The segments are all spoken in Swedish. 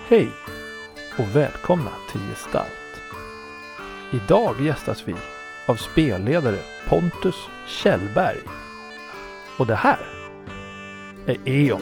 Hej och välkomna till Gestalt. Idag gästas vi av spelledare Pontus Kjellberg. Och det här är Eon.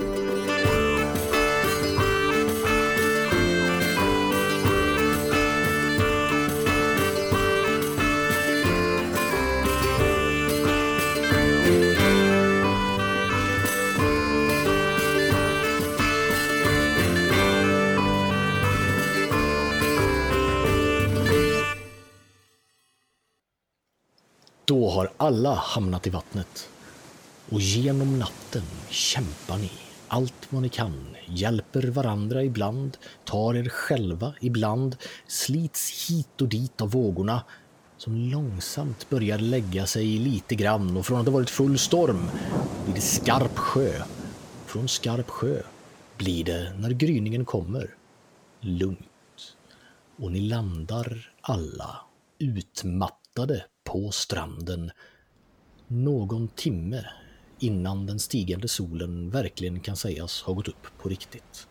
Då har alla hamnat i vattnet och genom natten kämpar ni allt vad ni kan, hjälper varandra ibland, tar er själva ibland, slits hit och dit av vågorna som långsamt börjar lägga sig lite grann och från att det varit full storm blir det skarp sjö. Från skarp sjö blir det när gryningen kommer lugnt och ni landar alla utmattade på stranden någon timme innan den stigande solen verkligen kan sägas ha gått upp på riktigt.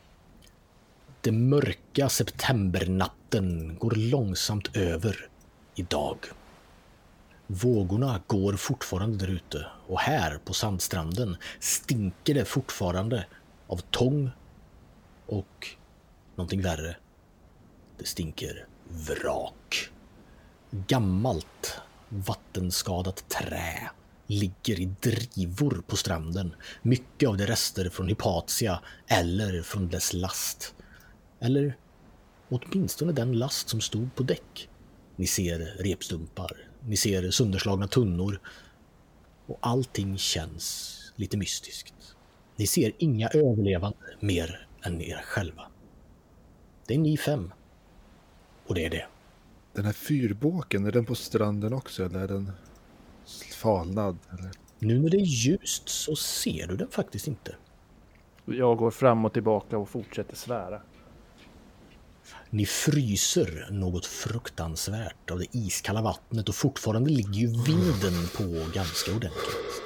Den mörka septembernatten går långsamt över i dag. Vågorna går fortfarande där ute och här på sandstranden stinker det fortfarande av tång och någonting värre. Det stinker vrak. Gammalt vattenskadat trä ligger i drivor på stranden. Mycket av det rester från Hypatia eller från dess last. Eller åtminstone den last som stod på däck. Ni ser repstumpar, ni ser sönderslagna tunnor och allting känns lite mystiskt. Ni ser inga överlevande mer än er själva. Det är ni 5. Och det är det. Den här fyrbåken, är den på stranden också eller är den falnad? Eller? Nu när det är ljust så ser du den faktiskt inte. Jag går fram och tillbaka och fortsätter svära. Ni fryser något fruktansvärt av det iskalla vattnet och fortfarande ligger ju vinden på ganska ordentligt.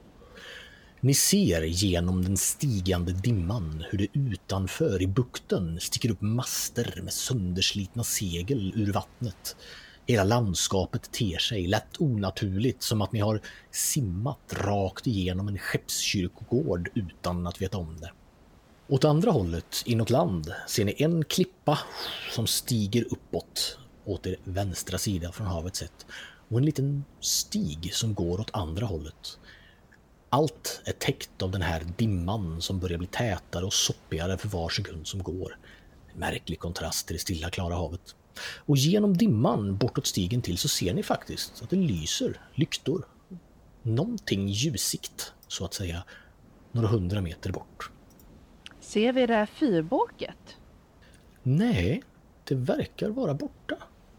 Ni ser genom den stigande dimman hur det utanför i bukten sticker upp master med sönderslitna segel ur vattnet. Hela landskapet ter sig lätt onaturligt som att ni har simmat rakt igenom en skeppskyrkogård utan att veta om det. Åt andra hållet, inåt land, ser ni en klippa som stiger uppåt åt er vänstra sida från havet sett och en liten stig som går åt andra hållet. Allt är täckt av den här dimman som börjar bli tätare och soppigare för var sekund som går. En märklig kontrast till det stilla klara havet. Och genom dimman bortåt stigen till så ser ni faktiskt att det lyser lyktor. Någonting ljusigt, så att säga, några 100 meter bort. Ser vi det här fyrbåket? Nej, det verkar vara borta.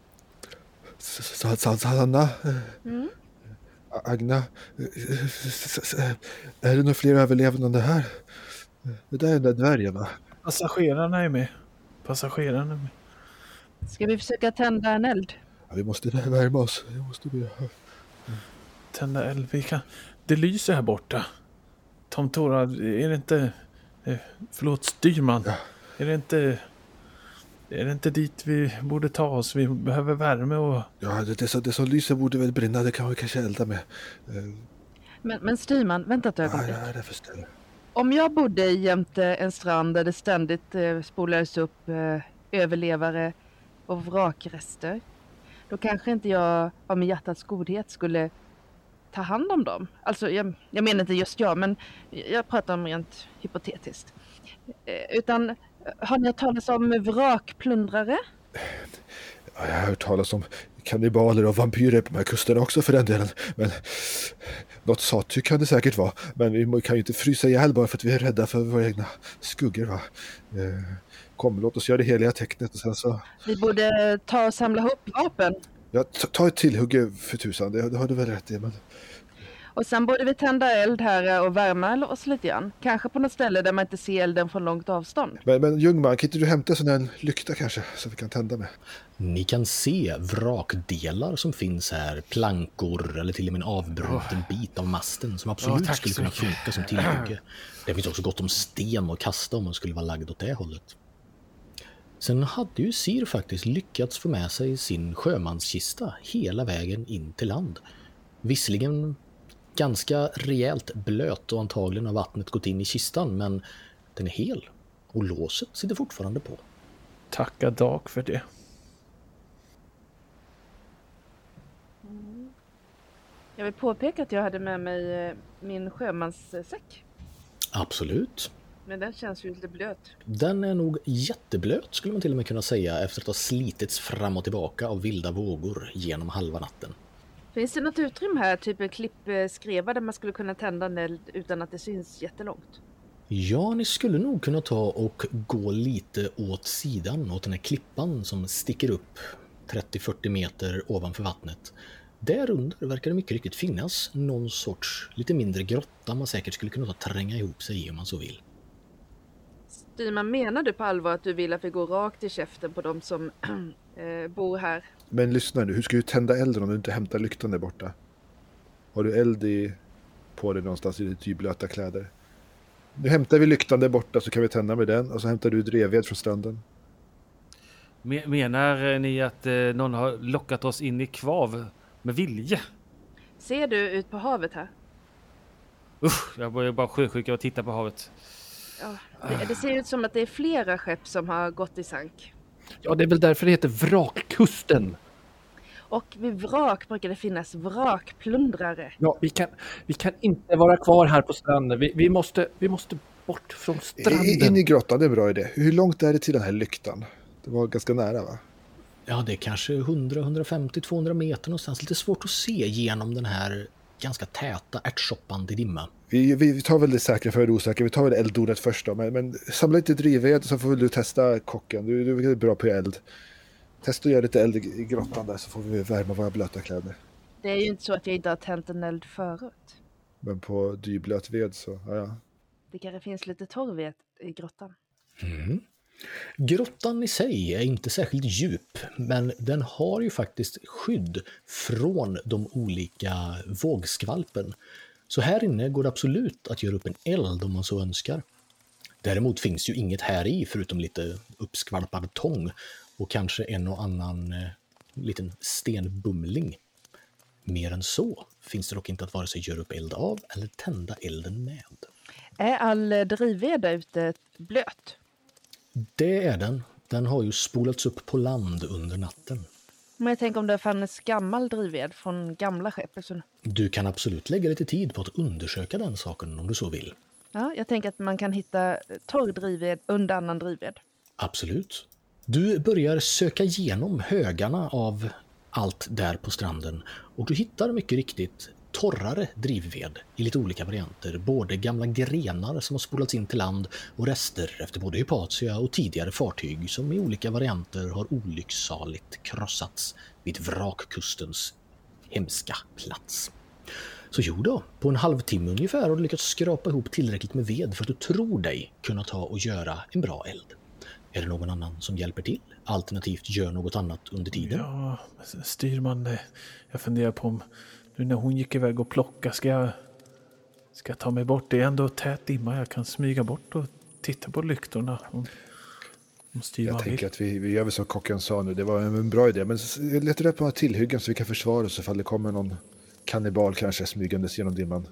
Sanna? Agna? Är det några fler överlevande här? Det där är den där dvärgen, va? Passagerarna är med. Ska vi försöka tända en eld? Ja, vi måste värma oss. Tända eld, vi kan... Det lyser här borta. Tom Tora, är det inte... Förlåt, styrman. Ja. Är det inte dit vi borde ta oss? Vi behöver värme och... Ja, det som lyser borde väl brinna. Det kan vi kanske elda med. Men styrman, vänta ett ögonblick. Ja, det förstår jag. Om jag bodde jämte en strand där det ständigt spolades upp överlevare och vrakrester, då kanske inte jag av min hjärtats godhet skulle ta hand om dem. Alltså, jag menar inte just jag, men jag pratar om rent hypotetiskt. Utan, har ni hört talas om vrakplundrare? Ja, jag har hört talas om kannibaler och vampyrer på de här kusterna också för den delen. Men något sattyg kan det säkert vara. Men vi kan ju inte frysa ihjäl bara för att vi är rädda för våra egna skuggor, va? Kom, låt oss göra det heliga tecknet och sen så... Vi borde ta och samla ihop vapen. Ja, ta ett tillhugge för tusan, det har du väl rätt i, men... Och sen borde vi tända eld här och värma oss lite grann. Kanske på något ställe där man inte ser elden från långt avstånd. Men Ljungman, kan inte du hämta sån här lykta kanske, så vi kan tända med? Ni kan se vrakdelar som finns här, plankor eller till och med en avbruten bit av masten som absolut skulle kunna funka som tillhygge. Det finns också gott om sten att kasta om man skulle vara lagd åt det hållet. Sen hade ju Sir faktiskt lyckats få med sig sin sjömanskista hela vägen in till land. Visserligen ganska rejält blöt och antagligen har vattnet gått in i kistan, men den är hel och låset sitter fortfarande på. Tacka Dag för det. Jag vill påpeka att jag hade med mig min sjömanssäck. Absolut. Men den känns ju lite blöt. Den är nog jätteblöt skulle man till och med kunna säga efter att ha slitits fram och tillbaka av vilda vågor genom halva natten. Finns det något utrymme här, typ en klippskreva där man skulle kunna tända en eld utan att det syns jättelångt? Ja, ni skulle nog kunna ta och gå lite åt sidan, åt den här klippan som sticker upp 30-40 meter ovanför vattnet. Där under verkar det mycket riktigt finnas någon sorts lite mindre grotta man säkert skulle kunna tränga ihop sig i om man så vill. Styrman, menar du på allvar att du vill att vi går rakt i käften på de som bor här? Men lyssna nu, hur ska du tända elden om du inte hämtar lyktan där borta? Har du eld på dig någonstans i dina blöta kläder? Nu hämtar vi lyktan där borta så kan vi tända med den och så hämtar du drevved från stranden. Menar ni att någon har lockat oss in i kvav med vilje? Ser du ut på havet här? Jag börjar bara sjösjuka och titta på havet. Ja, det ser ut som att det är flera skepp som har gått i sank. Ja, det är väl därför det heter Vrakkusten. Och vid vrak brukar det finnas vrakplundrare. Ja, vi kan inte vara kvar här på stranden. Vi måste bort från stranden. In i grottan, det är en bra idé. Hur långt är det till den här lyktan? Det var ganska nära, va? Ja, det är kanske 100, 150, 200 meter någonstans. Lite svårt att se genom den här ganska täta ärtsoppande dimma. Vi tar väl det säkra för det osäkra. Vi tar väl eldordet först då. Men samla lite drivved så får väl du testa kocken. Du är bra på eld. Testa att göra lite eld i grottan där så får vi värma våra blöta kläder. Det är ju inte så att jag inte har tänt en eld förut. Men på dyblöt ved så, ja. Det kanske finns lite torr i grottan. Mm. Grottan i sig är inte särskilt djup, men den har ju faktiskt skydd från de olika vågskvalpen. Så här inne går det absolut att göra upp en eld om man så önskar. Däremot finns ju inget här i förutom lite uppskvalpad tång och kanske en och annan liten stenbumling. Mer än så finns det dock inte att vare sig göra upp eld av eller tända elden med. Är all drivved där ute blöt? Det är den. Den har ju spolats upp på land under natten. Men jag tänker om det fanns gammal drivved från gamla skepp. Så... Du kan absolut lägga lite tid på att undersöka den saken om du så vill. Ja, jag tänker att man kan hitta torr drivved under annan drivved. Absolut. Du börjar söka igenom högarna av allt där på stranden och du hittar mycket riktigt torrare drivved i lite olika varianter. Både gamla grenar som har spolats in till land och rester efter både Hypatia och tidigare fartyg som i olika varianter har olycksaligt krossats vid vrakkustens hemska plats. Så jo då, på en halvtimme ungefär har du lyckats skrapa ihop tillräckligt med ved för att du tror dig kunna ta och göra en bra eld. Är det någon annan som hjälper till? Alternativt gör något annat under tiden? Ja, styrman, jag funderar på om nu när hon gick iväg och plocka ska jag ta mig bort. Det är ändå tät dimma, jag kan smyga bort och titta på lyktorna om styrman Jag tänker vill. att vi gör väl som kocken sa nu, det var en bra idé. Men leta rätt på några tillhyggen så vi kan försvara oss ifall det kommer någon kannibal kanske smygandes genom dimman.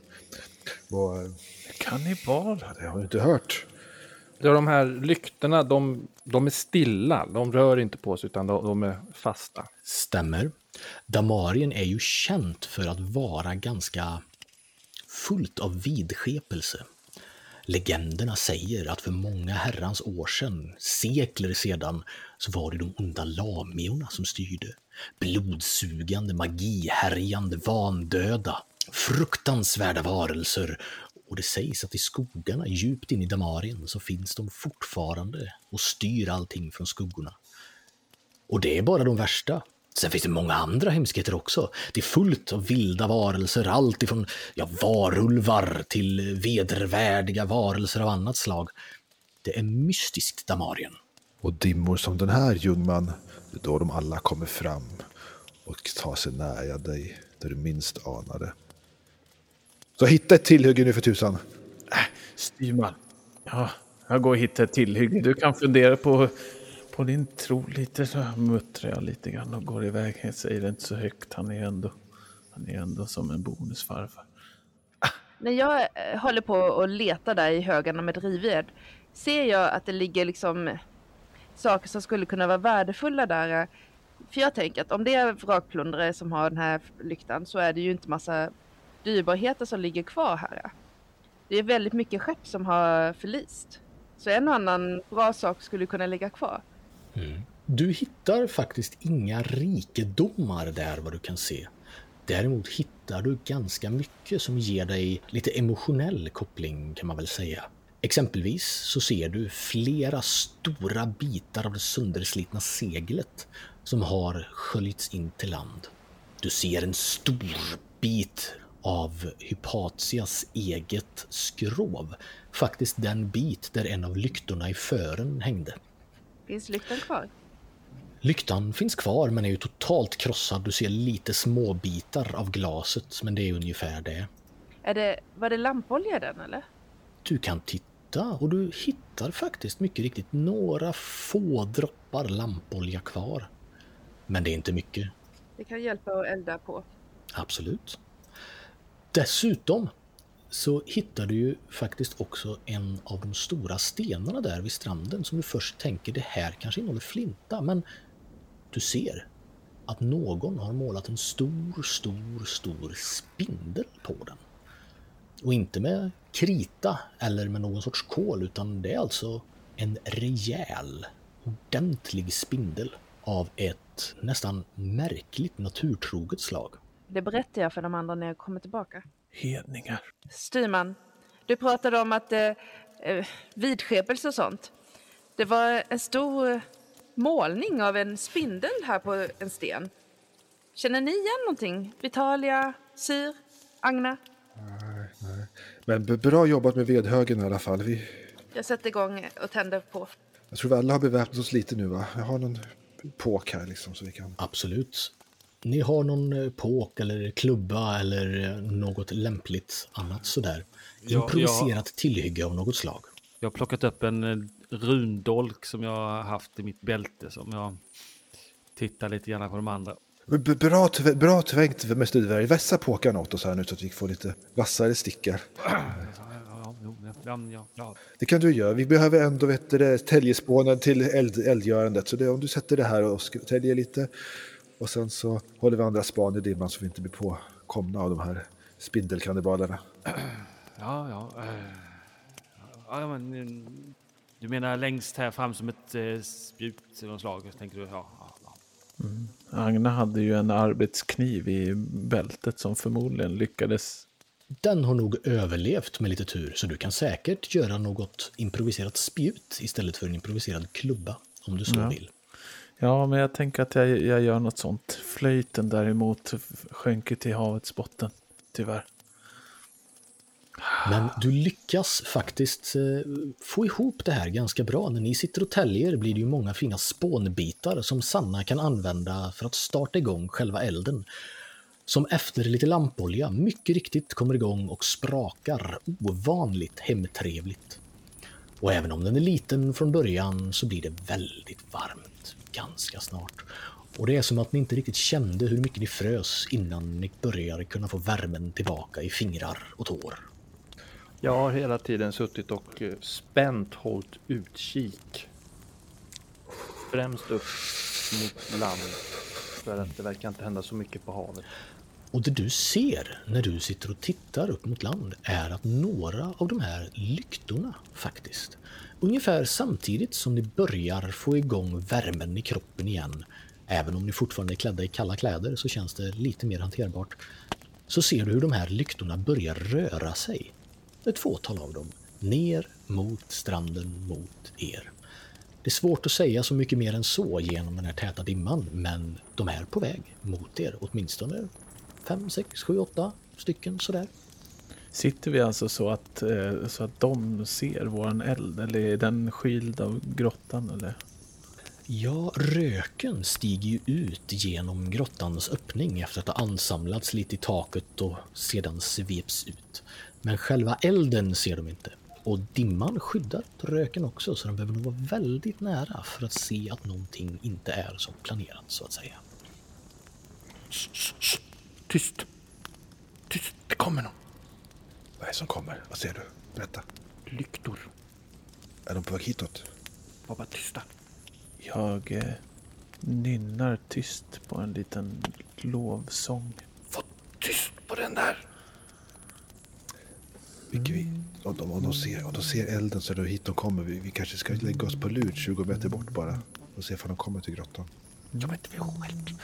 Kannibal? Det har jag inte hört. Ja, de här lyktorna, de är stilla. De rör inte på sig utan de är fasta. Stämmer. Damarien är ju känt för att vara ganska fullt av vidskepelse. Legenderna säger att för många herrans år sedan, sekler sedan, så var det de onda lamiorna som styrde. Blodsugande, magihärjande, vandöda, fruktansvärda varelser. Och det sägs att i skogarna djupt in i Damarien så finns de fortfarande och styr allting från skuggorna. Och det är bara de värsta. Sen finns det många andra hemskheter också. Det är fullt av vilda varelser, allt ifrån varulvar till vedervärdiga varelser av annat slag. Det är mystiskt Damarien. Och dimmor som den här, Ljungman, det är då de alla kommer fram och tar sig nära dig där du minst anade. Så hitta ett tillhygge nu för tusan. Styrman, ja, jag går och hittar ett tillhygge. Du kan fundera på på din tro lite, så muttrar jag lite grann och går iväg. Jag säger det inte så högt, han är ändå som en bonusfarfar. När jag håller på och letar där i högarna med drivved ser jag att det ligger liksom saker som skulle kunna vara värdefulla där. För jag tänker att om det är vrakplundrare som har den här lyktan så är det ju inte massa dyrbarheter som ligger kvar här. Det är väldigt mycket skepp som har förlist. Så en och annan bra sak skulle kunna ligga kvar. Du hittar faktiskt inga rikedomar där vad du kan se. Däremot hittar du ganska mycket som ger dig lite emotionell koppling kan man väl säga. Exempelvis så ser du flera stora bitar av det sönderslitna seglet som har sköljts in till land. Du ser en stor bit av Hypatias eget skrov. Faktiskt den bit där en av lyktorna i fören hängde. Finns lyktan kvar? Lyktan finns kvar men är ju totalt krossad. Du ser lite små bitar av glaset, men det är ungefär det. Var det lampolja den eller? Du kan titta och du hittar faktiskt mycket riktigt några få droppar lampolja kvar. Men det är inte mycket. Det kan hjälpa att elda på. Absolut. Dessutom så hittar du ju faktiskt också en av de stora stenarna där vid stranden som du först tänker det här kanske innehåller flinta, men du ser att någon har målat en stor spindel på den. Och inte med krita eller med någon sorts kol, utan det är alltså en rejäl, ordentlig spindel av ett nästan märkligt naturtroget slag. Det berättar jag för de andra när jag kommer tillbaka. Hedningar. Styrman, du pratade om att vidskepelse och sånt. Det var en stor målning av en spindel här på en sten. Känner ni igen någonting? Vitalia, Syr, Agna? Nej. Men bra jobbat med vedhögen i alla fall. Jag sätter igång och tänder på. Jag tror vi alla har beväpnat oss lite nu, va? Jag har någon påk här liksom så vi kan... Absolut. Ni har någon påk eller klubba eller något lämpligt annat sådär. Improviserat tillhygge av något slag. Jag har plockat upp en rundolk som jag har haft i mitt bälte som jag tittar lite grann på de andra. Bra tvängt med studieväg. Vässa påkarna åt oss här nu så att vi får lite vassare stickar. Ja. Det kan du göra. Vi behöver ändå täljespånen till eldgörandet. Så om du sätter det här och täljer lite och sen så håller vi andra span i dimman så vi inte blir påkomna av de här spindelkannibalerna. Ja, men du menar längst här fram som ett spjut eller något slag, tänker du? Ja. Agna hade ju en arbetskniv i bältet som förmodligen lyckades. Den har nog överlevt med lite tur, så du kan säkert göra något improviserat spjut istället för en improviserad klubba, om du så vill. Ja, men jag tänker att jag gör något sånt. Flöjten däremot sjönk till havets botten, tyvärr. Men du lyckas faktiskt få ihop det här ganska bra. När ni sitter och täljer blir det ju många fina spånbitar som Sanna kan använda för att starta igång själva elden. Som efter lite lampolja mycket riktigt kommer igång och sprakar ovanligt hemtrevligt. Och även om den är liten från början så blir det väldigt varmt ganska snart. Och det är som att ni inte riktigt kände hur mycket ni frös innan ni började kunna få värmen tillbaka i fingrar och tår. Jag har hela tiden suttit och spänt hållit utkik. Främst upp mot land. För att det verkar inte hända så mycket på havet. Och det du ser när du sitter och tittar upp mot land är att några av de här lyktorna faktiskt, ungefär samtidigt som ni börjar få igång värmen i kroppen igen, även om ni fortfarande är klädda i kalla kläder så känns det lite mer hanterbart, så ser du hur de här lyktorna börjar röra sig. Ett fåtal av dem, ner mot stranden mot er. Det är svårt att säga så mycket mer än så genom den här täta dimman, men de är på väg mot er, åtminstone 5, 6, 7, 8 stycken sådär. Sitter vi alltså så att de ser våran eld, eller är den skild av grottan eller? Ja, röken stiger ju ut genom grottans öppning efter att ha ansamlats lite i taket och sedan sveps ut. Men själva elden ser de inte. Och dimman skyddar röken också, så de behöver nog vara väldigt nära för att se att någonting inte är som planerat, så att säga. Tyst! Tyst, det kommer någon. Vad är det som kommer? Vad ser du? Berätta. Lyktor. Är de på väg hitåt? Var bara tysta. Jag nynnar tyst på en liten lovsång. Var tyst på den där! Om de ser elden så är det hit de kommer. Vi kanske ska lägga oss på lur 20 meter bort bara. Och se om de kommer till grottan. Jag vet inte själv.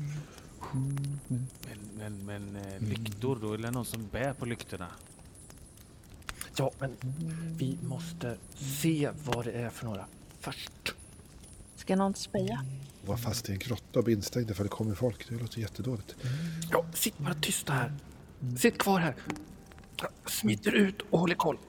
Men lyktor då? Eller någon som bär på lyktorna? Ja, men vi måste se vad det är för några först. Ska någon speja? Var fast i en grotta och bli instängda för det kommer folk. Det låter jättedåligt. Ja, sitt bara tysta här. Sitt kvar här. Smiter ut och håller koll.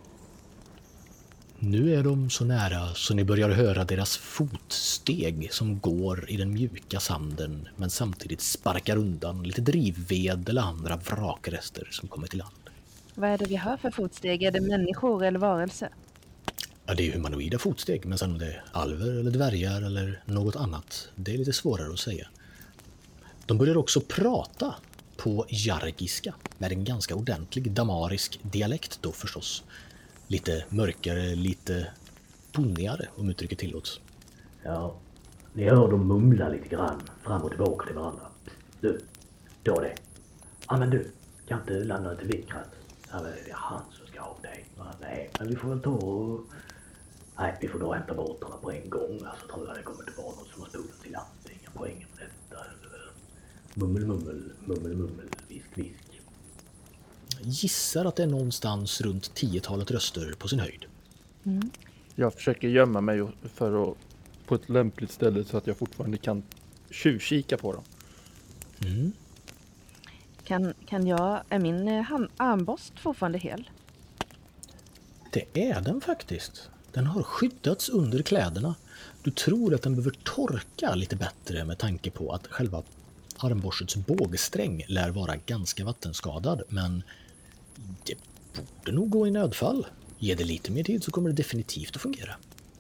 Nu är de så nära så ni börjar höra deras fotsteg som går i den mjuka sanden, men samtidigt sparkar undan lite drivved eller andra vrakrester som kommer till land. Vad är det vi hör för fotsteg? Är det människor eller varelser? Ja, det är humanoida fotsteg, men sen om det är alver eller dvärgar eller något annat, det är lite svårare att säga. De börjar också prata på jargiska med en ganska ordentlig damarisk dialekt då förstås. Lite mörkare, lite punnigare om uttrycket tillåts. Ja, ni hör dem mumla lite grann fram och tillbaka till varandra. Du, då det. Ja men du, kan inte landa till vickrat? Ja men det är han som ska ha dig. Ja, nej, men vi får väl ta och... Nej, vi får då hämta båtarna på en gång. Alltså tror jag det kommer inte vara något som har spolat till land. Inga poäng med detta. Mummel, mummel, mummel, mummel, visk, visk. Gissar att det är någonstans runt 10-talet röster på sin höjd. Jag försöker gömma mig för att på ett lämpligt ställe så att jag fortfarande kan tjuvkika på dem. Är min armborst fortfarande hel? Det är den faktiskt. Den har skyddats under kläderna. Du tror att den behöver torka lite bättre med tanke på att själva armborstets bågsträng lär vara ganska vattenskadad, men det borde nog gå i nödfall. Ge det lite mer tid så kommer det definitivt att fungera.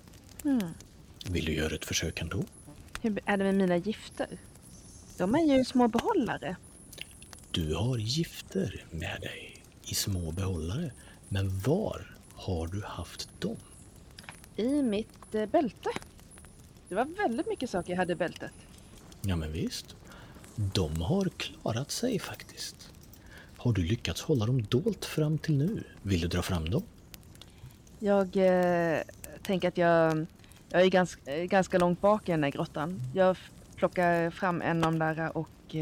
Vill du göra ett försök ändå? Hur är det med mina gifter? De är ju små behållare. Du har gifter med dig i små behållare, men var har du haft dem? I mitt bälte. Det var väldigt mycket saker jag hade i bältet. Ja men visst. De har klarat sig faktiskt. Har du lyckats hålla dem dolt fram till nu? Vill du dra fram dem? Jag tänker att jag är ganska långt bak i den här grottan. Jag plockar fram en av de där och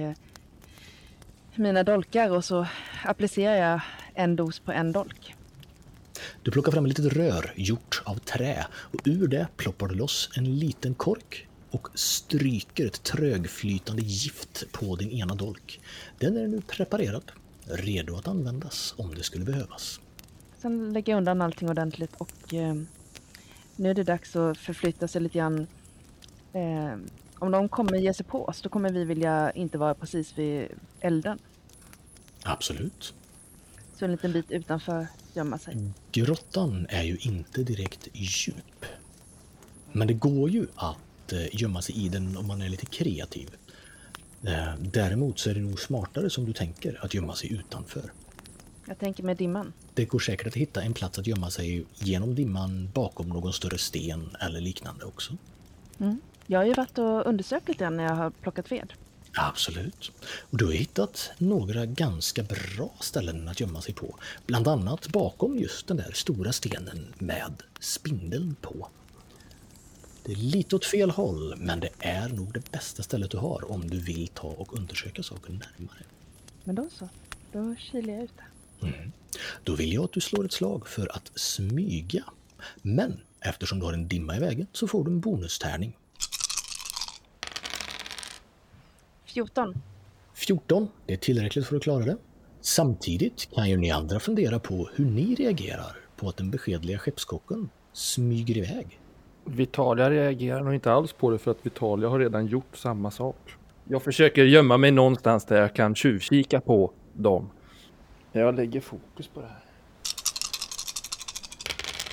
mina dolkar och så applicerar jag en dos på en dolk. Du plockar fram ett litet rör gjort av trä och ur det ploppar du loss en liten kork och stryker ett trögflytande gift på din ena dolk. Den är nu preparerad, redo att användas om det skulle behövas. Sen lägger jag undan allting ordentligt och nu är det dags att förflytta sig lite grann. Om de kommer ge sig på oss, då kommer vi vilja inte vara precis vid elden. Absolut. Så en liten bit utanför gömma sig. Grottan är ju inte direkt djup. Men det går ju att gömma sig i den om man är lite kreativ. Däremot så är det nog smartare som du tänker att gömma sig utanför. Jag tänker med dimman. Det går säkert att hitta en plats att gömma sig genom dimman bakom någon större sten eller liknande också. Jag har ju varit och undersökt den när jag har plockat ved. Absolut. Och du har hittat några ganska bra ställen att gömma sig på. Bland annat bakom just den där stora stenen med spindeln på. Det är lite åt fel håll, men det är nog det bästa stället du har om du vill ta och undersöka saken närmare. Men då så. Då kilar jag ut det. Då vill jag att du slår ett slag för att smyga. Men eftersom du har en dimma i vägen så får du en bonustärning. 14. 14, det är tillräckligt för att klara det. Samtidigt kan ju ni andra fundera på hur ni reagerar på att den beskedliga skeppskocken smyger iväg. Vitalia reagerar nog inte alls på det för att Vitalia har redan gjort samma sak. Jag försöker gömma mig någonstans där jag kan tjuvkika på dem. Jag lägger fokus på det här.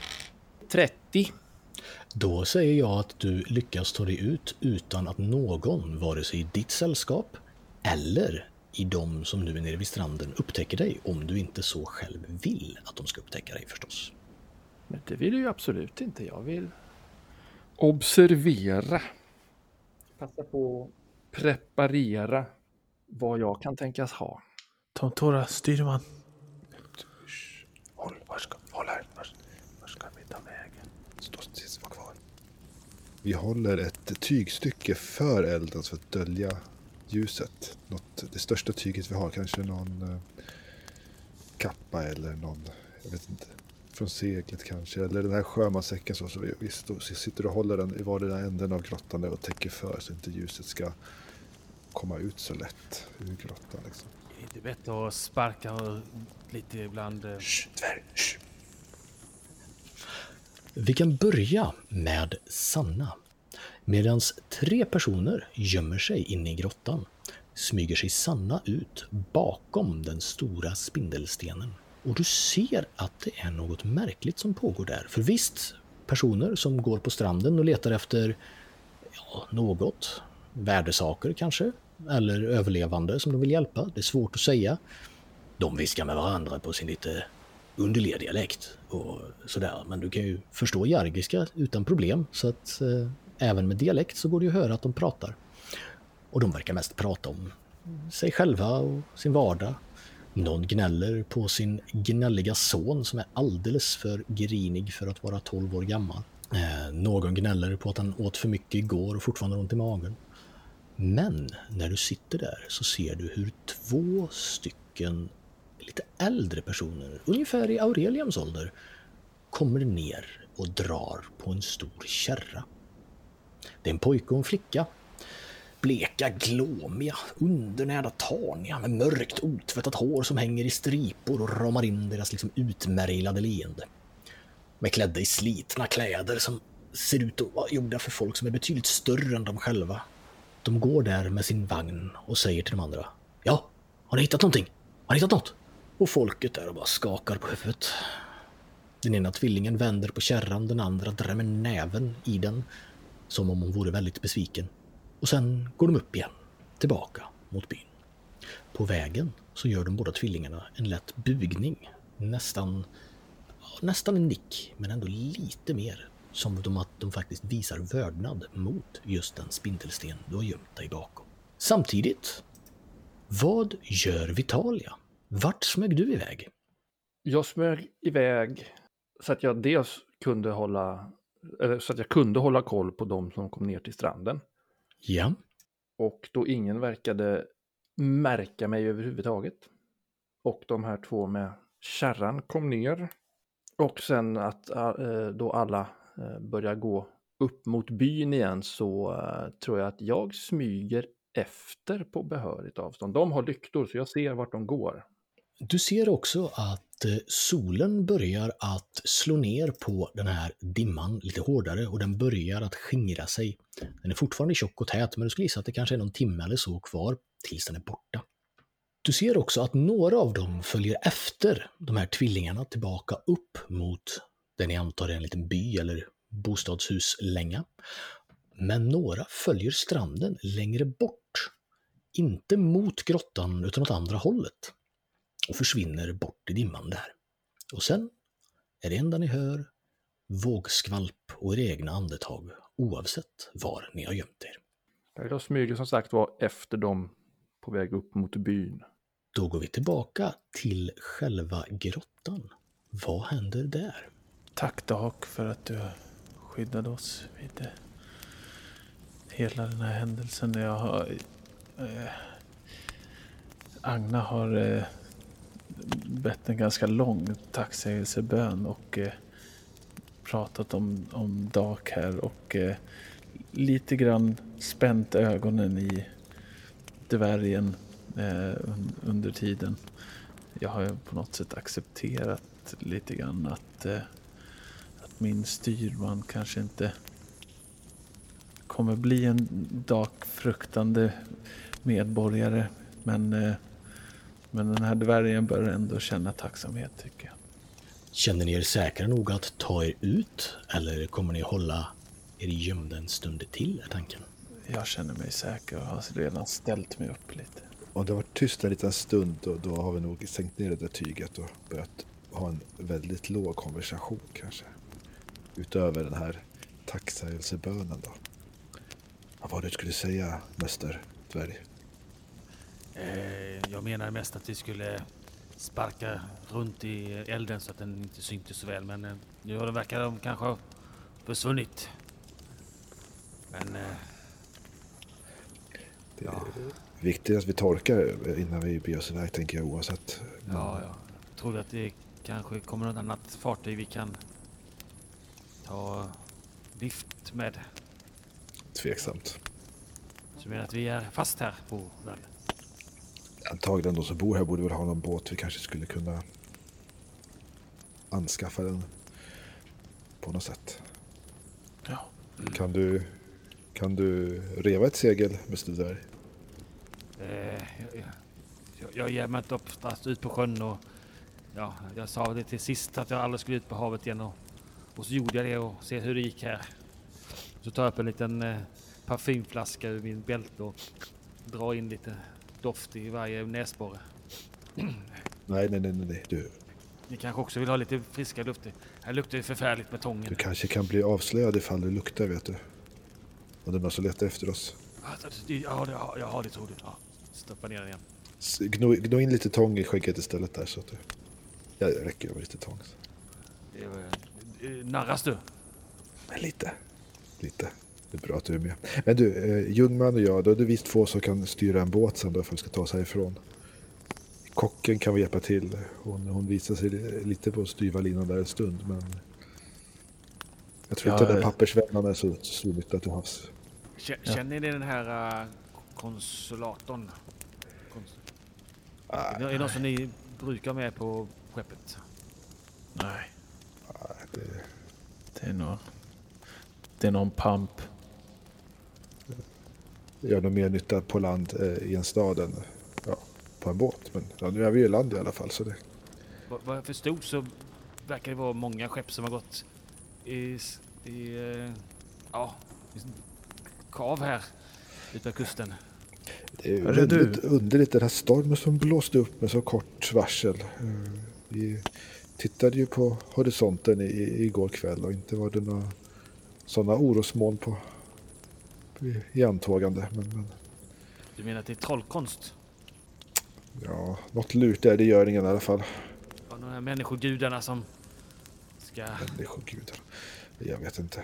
30. Då säger jag att du lyckas ta dig ut utan att någon, vare sig i ditt sällskap eller i de som nu är nere vid stranden, upptäcker dig, om du inte så själv vill att de ska upptäcka dig förstås. Men det vill ju absolut inte. Jag vill observera. Passa på att preparera vad jag kan tänkas ha. Tomtora, styrman. Håll här. Var ska vi ta vägen? Stå still, var kvar. Vi håller ett tygstycke för elden för att dölja ljuset. Det största tyget vi har, kanske någon kappa eller någon, jag vet inte, från seglet kanske, eller den här sjömansäcken så vi sitter och håller den i vardera änden av grottan och täcker för så inte ljuset ska komma ut så lätt ur grottan liksom. Det är bättre att sparka lite ibland. Dvärg. Vi kan börja med Sanna. Medan 3 personer gömmer sig inne i grottan smyger sig Sanna ut bakom den stora spindelstenen. Och du ser att det är något märkligt som pågår där. För visst, personer som går på stranden och letar efter något, värdesaker kanske, eller överlevande som de vill hjälpa. Det är svårt att säga. De viskar med varandra på sin lite underliga dialekt och sådär. Men du kan ju förstå jargiska utan problem, så att även med dialekt så går det ju att höra att de pratar. Och de verkar mest prata om sig själva och sin vardag. Någon gnäller på sin gnälliga son som är alldeles för grinig för att vara 12 år gammal. Någon gnäller på att han åt för mycket igår och fortfarande har ont i magen. Men när du sitter där så ser du hur 2 stycken lite äldre personer, ungefär i Aureliums ålder, kommer ner och drar på en stor kärra. Det är en pojke och en flicka. Bleka, glåmiga, undernärda, taniga med mörkt otvättat hår som hänger i stripor och ramar in deras liksom utmärglade leende. Med klädda i slitna kläder som ser ut att vara gjorda för folk som är betydligt större än de själva. De går där med sin vagn och säger till de andra: ja, har ni hittat någonting? Har ni hittat något? Och folket där och bara skakar på huvudet. Den ena tvillingen vänder på kärran, den andra drämmer näven i den som om hon vore väldigt besviken. Och sen går de upp igen, tillbaka mot byn. På vägen så gör de båda tvillingarna en lätt bugning. Nästan en nick, men ändå lite mer. Som att de faktiskt visar vördnad mot just den spindelsten du har gömt dig bakom. Samtidigt, vad gör Vitalia? Vart smög du iväg? Jag smög iväg så att jag dels kunde hålla koll på de som kom ner till stranden. Ja. Och då ingen verkade märka mig överhuvudtaget. Och de här 2 med kärran kom ner. Och sen att då alla börjar gå upp mot byn igen så tror jag att jag smyger efter på behörigt avstånd. De har lyktor så jag ser vart de går. Du ser också att solen börjar att slå ner på den här dimman lite hårdare och den börjar att skingra sig. Den är fortfarande tjock och tät, men du skulle gissa att det kanske är någon timme eller så kvar tills den är borta. Du ser också att några av dem följer efter de här tvillingarna tillbaka upp mot den jag antar är en liten by eller bostadshus-länga. Men några följer stranden längre bort. Inte mot grottan utan åt andra hållet. Och försvinner bort i dimman där. Och sen är det enda ni hör vågskvalp och era egna andetag oavsett var ni har gömt er. Jag smyger som sagt var efter dem på väg upp mot byn. Då går vi tillbaka till själva grottan. Vad händer där? Tack Dag för att du skyddade oss vid hela den här händelsen. Agna har bett en ganska lång tacksägelsebön och pratat om Dag här och lite grann spänt ögonen i dvärgen under tiden. Jag har på något sätt accepterat lite grann att min styrman kanske inte kommer bli en dagfruktande medborgare, men den här dvärgen bör ändå känna tacksamhet tycker jag. Känner ni er säkra nog att ta er ut eller kommer ni hålla er gömda en stund till, är tanken? Jag känner mig säker och har redan ställt mig upp lite. Om det har varit tyst en liten stund då har vi nog sänkt ner det där tyget och börjat ha en väldigt låg konversation kanske. Utöver den här tacksägelsebönen då. Vad var det du skulle säga, mäster dvärg? Jag menar mest att vi skulle sparka runt i elden så att den inte syntes så väl. Men nu verkar de kanske ha försvunnit. Men... Det är viktigt att vi torkar innan vi beger oss iväg, tänker jag, oavsett. Ja. Tror du att det kanske kommer något annat fartyg vi kan ta lift med? Tveksamt. Så menar att vi är fast här på ön? Antagligen de som bor här borde väl ha någon båt. Vi kanske skulle kunna anskaffa den på något sätt. Ja. Kan du reva ett segel, mäster dvärg? Jag ger mig inte oftast ut på sjön och jag sa det till sist att jag aldrig skulle ut på havet igen och så gjorde jag det och se hur det gick här. Så tar jag upp en liten parfymflaska ur min bälte och drar in lite doft i varje näsborre. Nej. Du. Ni kanske också vill ha lite friska luft. Här luktar det förfärligt med tången. Du kanske kan bli avslöjad ifall det luktar, vet du. Och det är någon som letar efter oss. Ja, det tror du. Ja, stoppa ner den igen. Gno in lite tång i skägget istället där så att du... Ja, det räcker med lite tång. Narras du? Men lite. Det är bra att du är med. Men du, Ljungman och jag, då är det visst två som kan styra en båt sen då för att vi ska ta oss härifrån. Kocken kan vi hjälpa till. Hon visar sig lite på styva linan där en stund, men jag tror inte den där pappersvännan är så stor nytta till havs. Känner ni den här konsulatorn? Är det något som ni brukar med på skeppet? Nej. Det är någon pamp. Gör nog mer nytta på land i en stad än på en båt. Men nu är vi i land i alla fall. Så det... Vad jag förstod så verkar det vara många skepp som har gått i kav här ute på kusten. Det är väldigt underligt den här stormen som blåste upp med så kort varsel. Vi tittade ju på horisonten igår kväll och inte var det några sådana orosmoln i antågande. Men... Du menar att det är trollkonst? Ja, något lurt är det gör ingen i alla fall. Och de här människogudarna som ska... Människogudarna? Jag vet inte.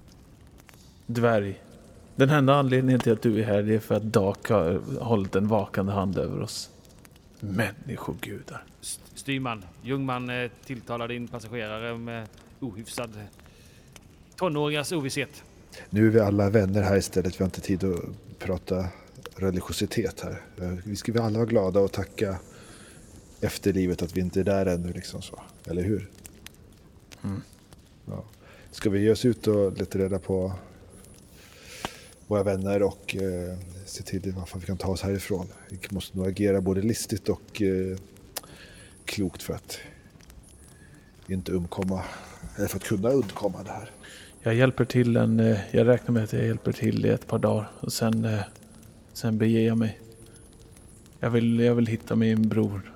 Dvärg. Den enda anledningen till att du är här är för att Dak har hållit en vakande hand över oss. Människogudar. Styrman, Ljungman tilltalar din passagerare med ohyfsad tonåringars ovisshet. Nu är vi alla vänner här istället. Vi har inte tid att prata religiositet här. Vi ska alla vara glada och tacka efterlivet att vi inte är där ännu liksom så. Eller hur? Mm. Ja. Ska vi ge oss ut och leta reda på våra vänner och se till varför vi kan ta oss härifrån. Vi måste nog agera både listigt och klokt för att inte undkomma, eller för att kunna undkomma det här. Jag räknar med att jag hjälper till i ett par dagar och sen beger jag mig. Jag vill hitta min bror.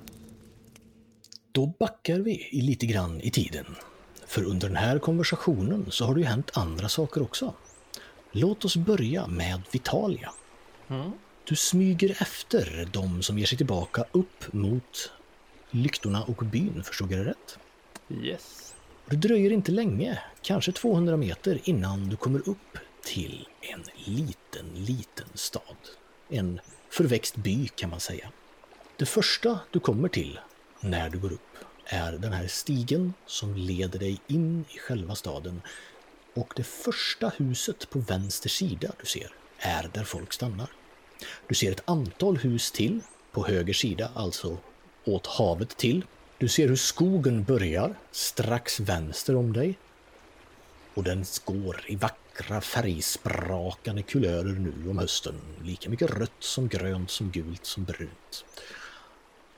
Då backar vi lite grann i tiden. För under den här konversationen så har det ju hänt andra saker också. Låt oss börja med Vitalia. Du smyger efter de som ger sig tillbaka upp mot lyktorna och byn, förstod jag det rätt? Yes. Det dröjer inte länge, kanske 200 meter innan du kommer upp till en liten stad. En förväxt by kan man säga. Det första du kommer till när du går upp är den här stigen som leder dig in i själva staden. Och det första huset på vänster sida du ser är där folk stannar. Du ser ett antal hus till på höger sida, alltså åt havet till. Du ser hur skogen börjar strax vänster om dig. Och den går i vackra färgsprakande kulörer nu om hösten. Lika mycket rött som grönt som gult som brunt.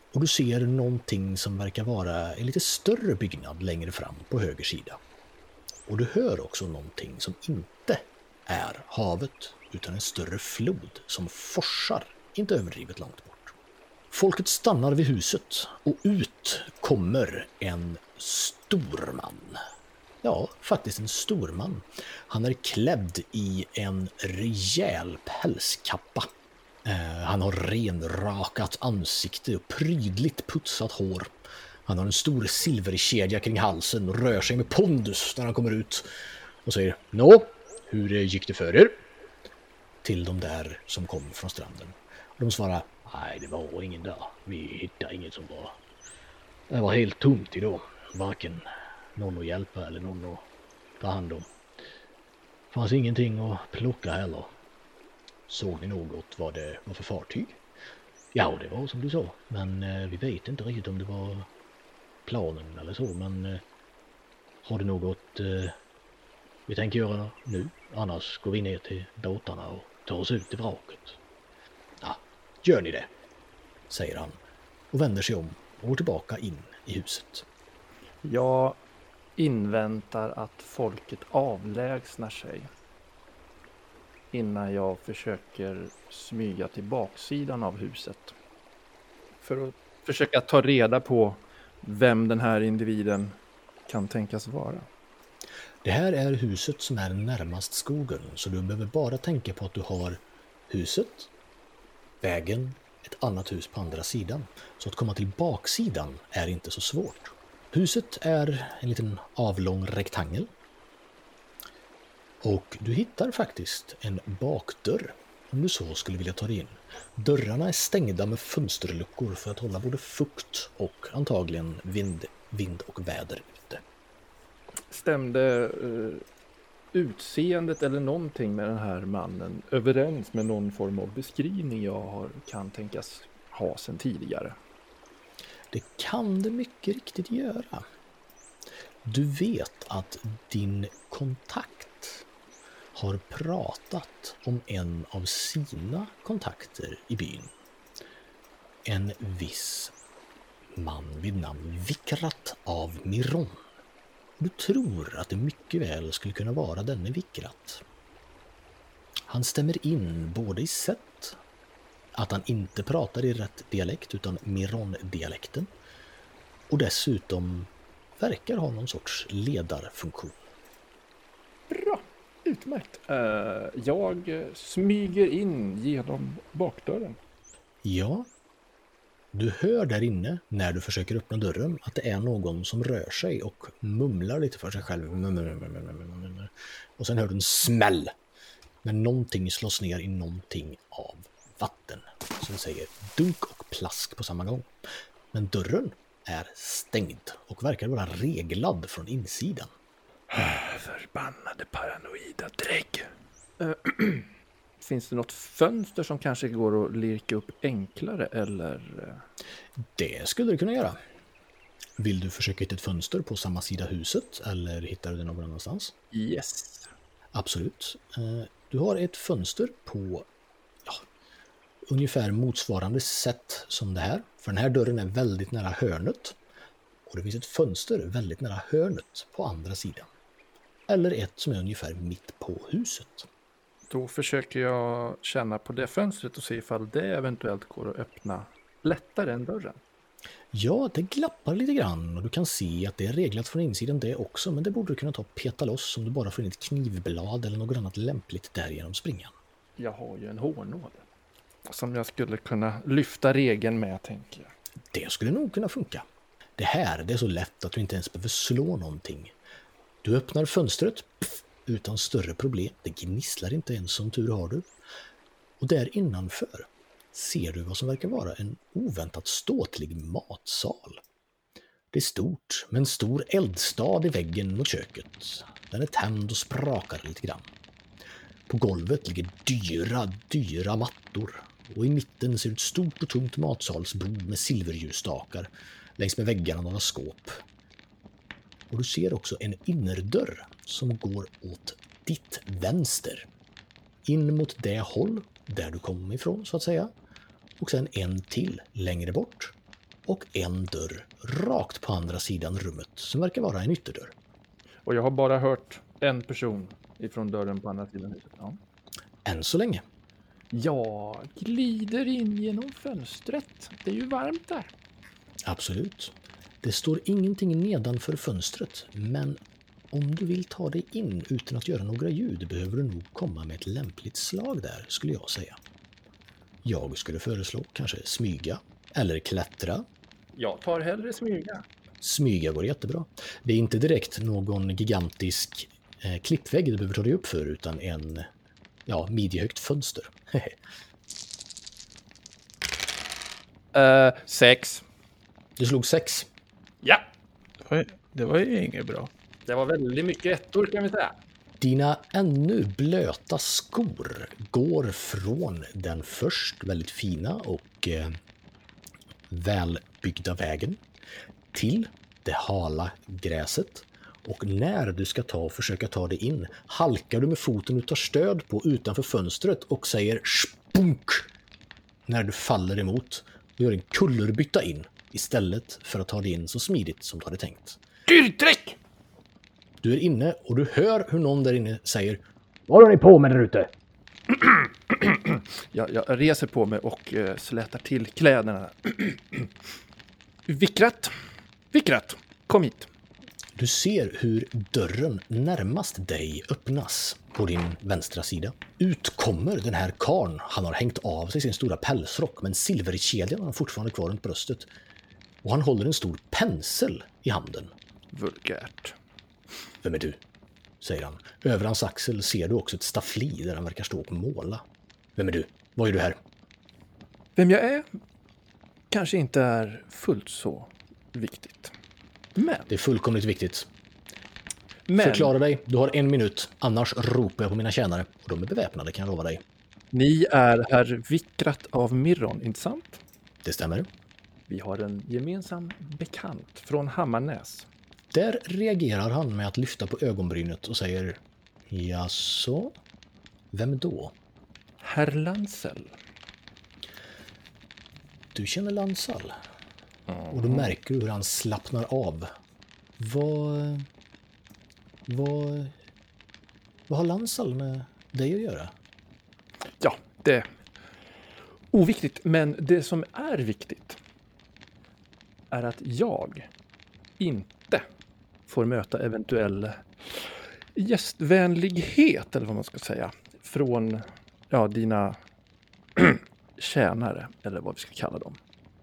Och du ser någonting som verkar vara en lite större byggnad längre fram på höger sida. Och du hör också någonting som inte är havet utan en större flod som forsar inte överdrivet långt bort. Folket stannar vid huset och ut kommer en stor man. Ja, faktiskt en stor man. Han är klädd i en rejäl pälskappa. Han har renrakat ansikte och prydligt putsat hår. Han har en stor silverkedja kring halsen och rör sig med pondus när han kommer ut och säger: Nå, hur gick det för er? Till de där som kom från stranden. De svarar: nej, det var ingen där. Vi hittade inget som var... Det var helt tomt idag. Varken någon att hjälpa eller någon att ta hand om. Det fanns ingenting att plocka heller. Såg ni något vad det var för fartyg? Ja, det var som du sa. Men vi vet inte riktigt om det var planen eller så. Men har du något vi tänker göra nu? Annars går vi ner till båtarna och tar oss ut i vraket. Ja, gör ni det? Säger han och vänder sig om och går tillbaka in i huset. Jag inväntar att folket avlägsnar sig innan jag försöker smyga till baksidan av huset. För att försöka ta reda på vem den här individen kan tänkas vara. Det här är huset som är närmast skogen, så du behöver bara tänka på att du har huset, vägen, ett annat hus på andra sidan. Så att komma till baksidan är inte så svårt. Huset är en liten avlång rektangel. Och du hittar faktiskt en bakdörr om du så skulle vilja ta dig in. Dörrarna är stängda med fönsterluckor för att hålla både fukt och antagligen vind och väder ute. Stämde utseendet eller någonting med den här mannen överens med någon form av beskrivning kan tänkas ha sedan tidigare? Det kan det mycket riktigt göra. Du vet att din kontakt har pratat om en av sina kontakter i byn. En viss man vid namn Vikrat av Miron. Du tror att det mycket väl skulle kunna vara denne Vikrat. Han stämmer in både i sätt att han inte pratar i rätt dialekt utan Miron-dialekten och dessutom verkar ha någon sorts ledarfunktion. Bra, utmärkt. Jag smyger in genom bakdörren. Ja, du hör där inne när du försöker öppna dörren att det är någon som rör sig och mumlar lite för sig själv. Och sen hör du en smäll när någonting slås ner i någonting av vatten. Så det säger dunk och plask på samma gång. Men dörren är stängd och verkar vara reglad från insidan. Förbannade paranoida drägg. Finns det något fönster som kanske går att lirka upp enklare eller? Det skulle du kunna göra. Vill du försöka hitta ett fönster på samma sida huset eller hittar du det någon annanstans? Yes. Absolut. Du har ett fönster på ungefär motsvarande sätt som det här. För den här dörren är väldigt nära hörnet. Och det finns ett fönster väldigt nära hörnet på andra sidan. Eller ett som är ungefär mitt på huset. Då försöker jag känna på det fönstret och se ifall det eventuellt går att öppna lättare än dörren. Ja, det glappar lite grann och du kan se att det är reglat från insidan det också. Men det borde du kunna ta och peta loss om du bara får in ett knivblad eller något annat lämpligt där genom springan. Jag har ju en hårnål som jag skulle kunna lyfta regeln med, tänker jag. Det skulle nog kunna funka. Det är så lätt att du inte ens behöver slå någonting. Du öppnar fönstret utan större problem. Det gnisslar inte ens, som tur har du. Och där innanför ser du vad som verkar vara en oväntat ståtlig matsal. Det är stort, med en stor eldstad i väggen mot köket. Den är tänd och sprakar lite grann. På golvet ligger dyra mattor. Och i mitten ser ett stort och tungt matsalsbord med silverljusstakar. Längs med väggarna några skåp. Och du ser också en innerdörr som går åt ditt vänster. In mot det håll där du kom ifrån, så att säga. Och sen en till längre bort. och en dörr rakt på andra sidan rummet som verkar vara en ytterdörr. Och jag har bara hört en person ifrån dörren på andra sidan huset. Ja. Än så länge. Jag glider in genom fönstret. Det är ju varmt där. Absolut. Det står ingenting nedanför fönstret, men om du vill ta dig in utan att göra några ljud behöver du nog komma med ett lämpligt slag där, skulle jag säga. Jag skulle föreslå kanske smyga eller klättra. Jag tar hellre smyga. Smyga går jättebra. Det är inte direkt någon gigantisk klippvägg du behöver ta dig upp för, utan en midjehögt fönster. 6. Du slog 6. Ja, Det var ju inget bra. det var väldigt mycket ettor kan vi säga. Dina ännu blöta skor går från den först väldigt fina och välbyggda vägen till det hala gräset. Och när du ska försöka ta dig in halkar du med foten du tar stöd på utanför fönstret och säger spunk när du faller emot och gör en kullerbytta in istället för att ta dig in så smidigt som du hade tänkt. Dyrträck! Du är inne och du hör hur någon där inne säger: Vad håller ni på med där ute? Jag reser på mig och slätar till kläderna. Vickrat, kom hit. Du ser hur dörren närmast dig öppnas på din vänstra sida. Ut kommer den här karln. Han har hängt av sig sin stora pälsrock, men silverkedjan har han fortfarande kvar runt bröstet. Och han håller en stor pensel i handen. Vulgärt. Vem är du? Säger han. Över hans axel ser du också ett staffli där han verkar stå och måla. Vem är du? Vad är du här? Vem jag är kanske inte är fullt så viktigt. Men Det är fullkomligt viktigt. Förklara dig. Du har 1 minut. Annars ropar jag på mina tjänare. Och de är beväpnade, kan jag lova dig. ni är herr Vickrat av Mirron, inte sant? Det stämmer. Vi har en gemensam bekant från Hammarnäs. Där reagerar han med att lyfta på ögonbrynet och säger: Jaså? Vem då? Herr Lansel. Du känner Lansal. Och då märker du hur han slappnar av. Vad har Lansal med dig att göra? Ja, det är oviktigt, men det som är viktigt är att jag inte får möta eventuell gästvänlighet, eller vad man ska säga, från dina tjänare, eller vad vi ska kalla dem.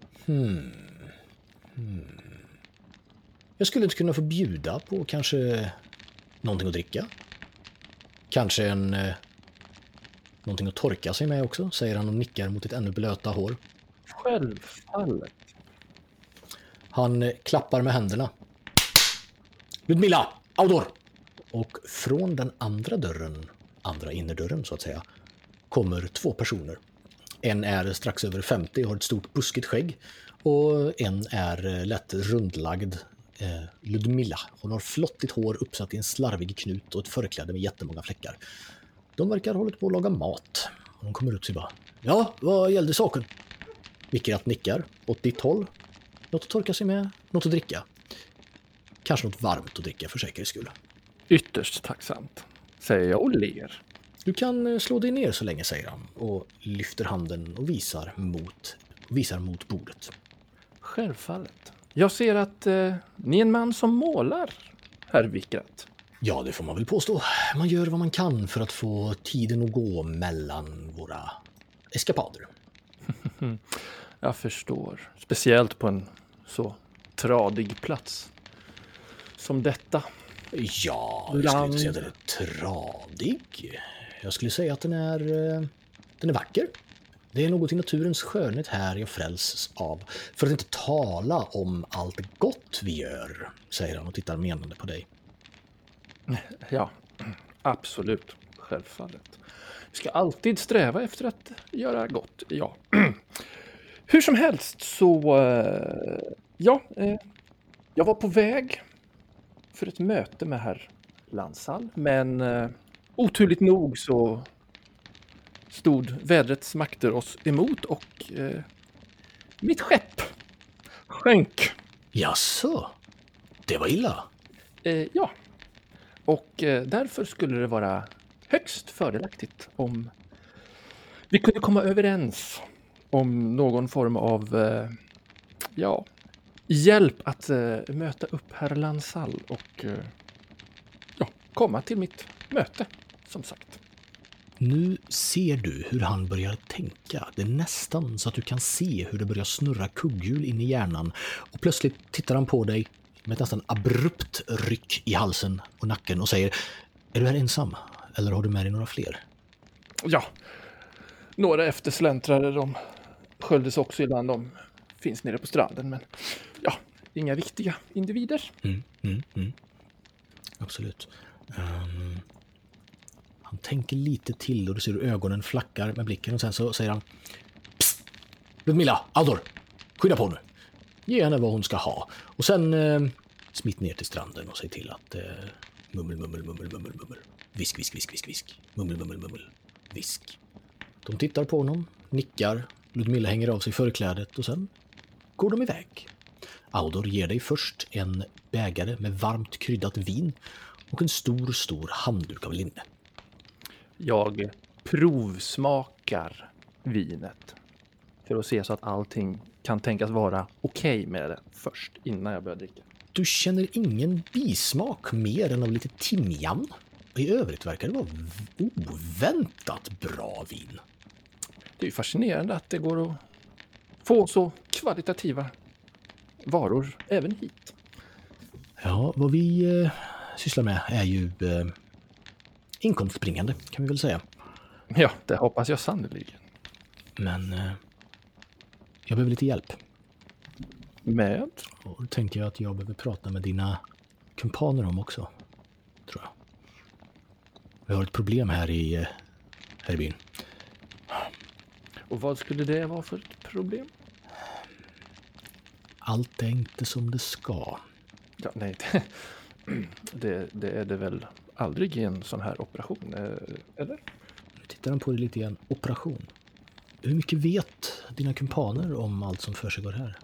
Jag skulle inte kunna få bjuda på kanske någonting att dricka. Kanske någonting att torka sig med också, säger han och nickar mot ett ännu blöta hår. Självfallet. Han klappar med händerna. Ludmilla, Audor! Och från den andra dörren, andra innerdörren så att säga, kommer 2 personer. En är strax över 50 och har ett stort buskigt skägg. Och en är lätt rundlagd. Ludmilla. Hon har flottigt hår uppsatt i en slarvig knut och ett förkläde med jättemånga fläckar. De verkar ha hållit på att laga mat. Hon kommer ut och säger bara: Ja, vad gällde saken? Vickrat nickar åt ditt håll. Något att torka sig med, något att dricka. Kanske något varmt att dricka för säkerhets skull. Ytterst tacksamt, säger jag och ler. Du kan slå dig ner så länge, säger han och lyfter handen och visar mot bordet. Självfallet. Jag ser att ni är en man som målar, herr Vickrat. Ja, det får man väl påstå. Man gör vad man kan för att få tiden att gå mellan våra eskapader. Jag förstår. Speciellt på en så tradig plats som detta. Ja, jag skulle inte säga att den är tradig. Jag skulle säga att den är vacker. Det är något i naturens skönhet här jag frälses av. För att inte tala om allt gott vi gör, säger han och tittar menande på dig. Ja, absolut. Självfallet. Vi ska alltid sträva efter att göra gott, ja. Hur som helst så... jag var på väg för ett möte med herr Lansal. Men oturligt nog så stod vädrets makter oss emot och mitt skepp skänk. Jaså? Det var illa. Ja, och därför skulle det vara högst fördelaktigt om vi kunde komma överens om någon form av hjälp att möta upp herr Lansall och komma till mitt möte, som sagt. Nu ser du hur han börjar tänka. Det är nästan så att du kan se hur det börjar snurra kugghjul in i hjärnan. Och plötsligt tittar han på dig med ett nästan abrupt ryck i halsen och nacken och säger: är du här ensam? Eller har du med dig några fler? Ja, några eftersläntrare, de sköljdes också i land. De finns nere på stranden, men inga viktiga individer. Absolut. Han tänker lite till och du ser hur ögonen flackar med blicken och sen så säger han: Psst! Ludmilla, Aldor, skynda på nu. Ge henne vad hon ska ha. Och sen smitt ner till stranden och säg till att mummel, mummel, mummel, mummel, mummel. Visk, visk, visk, visk, visk. Mummel, mummel, mummel. Visk. De tittar på honom, nickar. Ludmilla hänger av sig förklädet och sen går de iväg. Aldor ger dig först en bägare med varmt kryddat vin och en stor handduk av linne. Jag provsmakar vinet för att se så att allting kan tänkas vara okej med det först innan jag börjar dricka. Du känner ingen bismak mer än av lite timjan. I övrigt verkar det vara oväntat bra vin. Det är ju fascinerande att det går att få så kvalitativa varor även hit. Ja, vad vi sysslar med är ju inkomstbringande, kan vi väl säga. Ja, det hoppas jag sannoliken. Men jag behöver lite hjälp. Med? Och då tänkte jag att jag behöver prata med dina kumpaner om också, tror jag. Vi har ett problem här i byn. Och vad skulle det vara för ett problem? Allt är inte som det ska. Ja, nej, det är det väl aldrig i en sån här operation, eller? Nu tittar han på det lite grann. Operation. Hur mycket vet dina kumpaner om allt som försiggår här?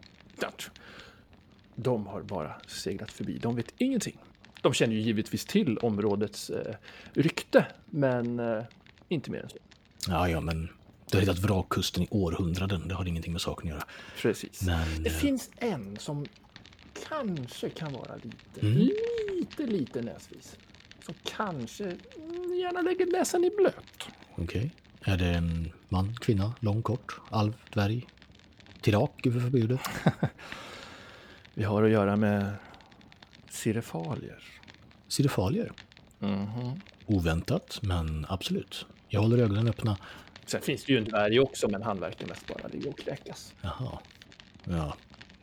De har bara seglat förbi. De vet ingenting. De känner ju givetvis till områdets rykte, men inte mer än så. Ja, men du har hittat vrakkusten i århundraden. Det har ingenting med saken att göra. Precis. Men det finns en som kanske kan vara lite näsvis. Som kanske gärna lägger näsan i blöt. Okej. Är det en man, kvinna, lång, kort, alv, dvärg, tirak, gud förbjudet? Vi har att göra med sirefalier. Sirefalier? Oväntat, men absolut. Jag håller ögonen öppna. Sen finns det ju en dvärg också, men han verkar mest bara ligga och kräkas. Jaha. Ja.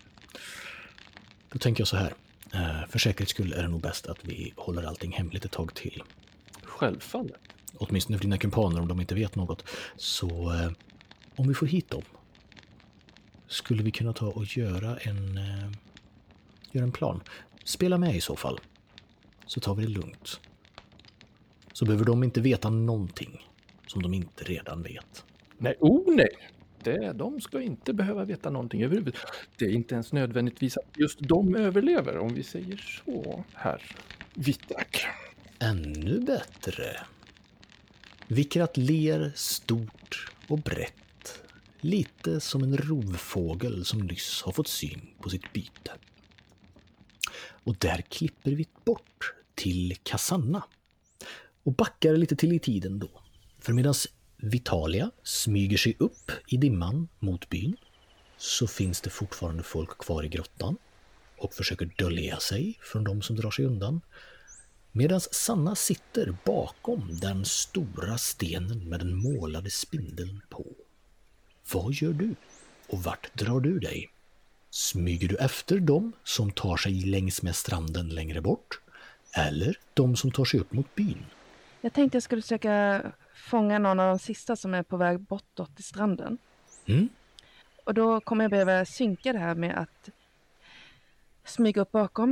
Då tänker jag så här. För säkerhets skull är det nog bäst att vi håller allting hemligt ett tag till. Självfallet. Åtminstone för dina kumpaner om de inte vet något. Så om vi får hit dem skulle vi kunna ta och göra en plan. Spela med i så fall. Så tar vi det lugnt. Så behöver de inte veta någonting som de inte redan vet. Nej. De ska inte behöva veta någonting överhuvudtaget. Det är inte ens nödvändigtvis att just de överlever, om vi säger så, herr Vitrak. Ännu bättre. Vikrat ler stort och brett. Lite som en rovfågel som nyss har fått syn på sitt byte. Och där klipper vi bort till Casanna. Och backar lite till i tiden då. För medan Vitalia smyger sig upp i dimman mot byn så finns det fortfarande folk kvar i grottan och försöker dölja sig från de som drar sig undan. Medan Sanna sitter bakom den stora stenen med den målade spindeln på. Vad gör du? Och vart drar du dig? Smyger du efter dem som tar sig längs med stranden längre bort? Eller de som tar sig upp mot byn? Jag tänkte jag skulle försöka fånga någon av de sista som är på väg bortåt till stranden. Och då kommer jag behöva synka det här med att smyga upp bakom.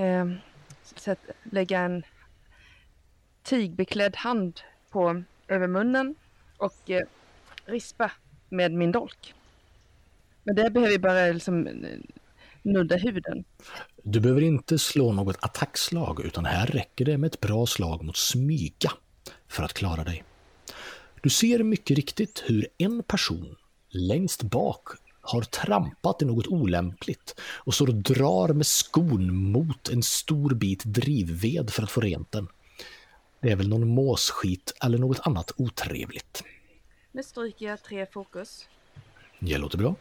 Lägga en tygbeklädd hand över munnen och rispa med min dolk. Men det behöver vi bara liksom nudda huden. Du behöver inte slå något attackslag utan här räcker det med ett bra slag mot smyga för att klara dig. Du ser mycket riktigt hur en person längst bak har trampat i något olämpligt och står och drar med skon mot en stor bit drivved för att få rent den. Det är väl någon måsskit eller något annat otrevligt. Nu stryker jag 3 fokus. Det låter bra.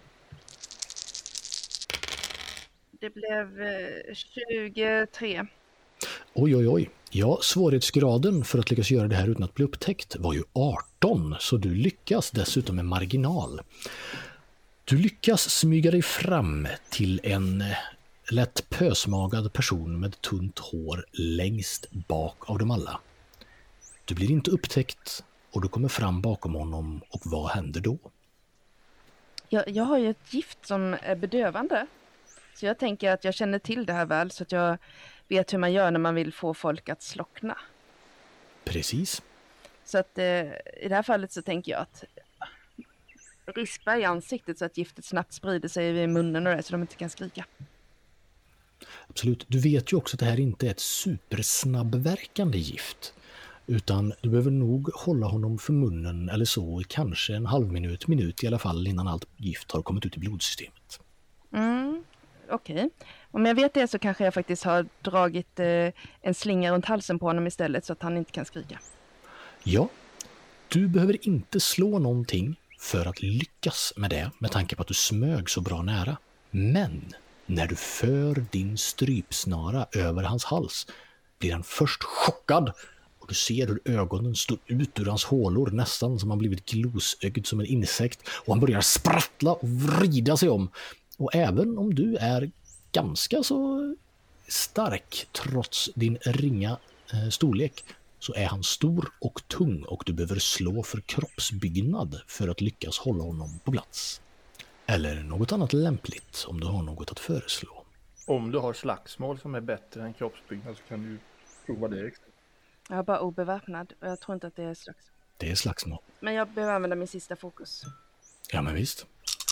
Det blev 23. Oj. Ja, svårighetsgraden för att lyckas göra det här utan att bli upptäckt var ju 18, så du lyckas dessutom med marginal. Du lyckas smyga dig fram till en lätt pösmagad person med tunt hår längst bak av dem alla. Du blir inte upptäckt och du kommer fram bakom honom, och vad händer då? Jag har ju ett gift som är bedövande. Så jag tänker att jag känner till det här väl, så att jag vet hur man gör när man vill få folk att slockna. Precis. Så att i det här fallet så tänker jag att rispa i ansiktet så att giftet snabbt sprider sig i munnen och det, så de inte kan skrika. Absolut. Du vet ju också att det här inte är ett supersnabbverkande gift. Utan du behöver nog hålla honom för munnen eller så i kanske en minut i alla fall innan allt gift har kommit ut i blodsystemet. Okej. Om jag vet det så kanske jag faktiskt har dragit en slinga runt halsen på honom istället så att han inte kan skrika. Ja, du behöver inte slå någonting för att lyckas med det med tanke på att du smög så bra nära. Men när du för din strypsnara över hans hals blir han först chockad och du ser hur ögonen står ut ur hans hålor nästan som han blivit glosögd som en insekt, och han börjar sprattla och vrida sig om. Och även om du är ganska så stark trots din ringa storlek så är han stor och tung och du behöver slå för kroppsbyggnad för att lyckas hålla honom på plats. Eller något annat lämpligt om du har något att föreslå. Om du har slagsmål som är bättre än kroppsbyggnad så kan du prova det. Jag är bara obeväpnad och jag tror inte att det är slags. Det är slagsmål. Men jag behöver använda min sista fokus. Ja, men visst.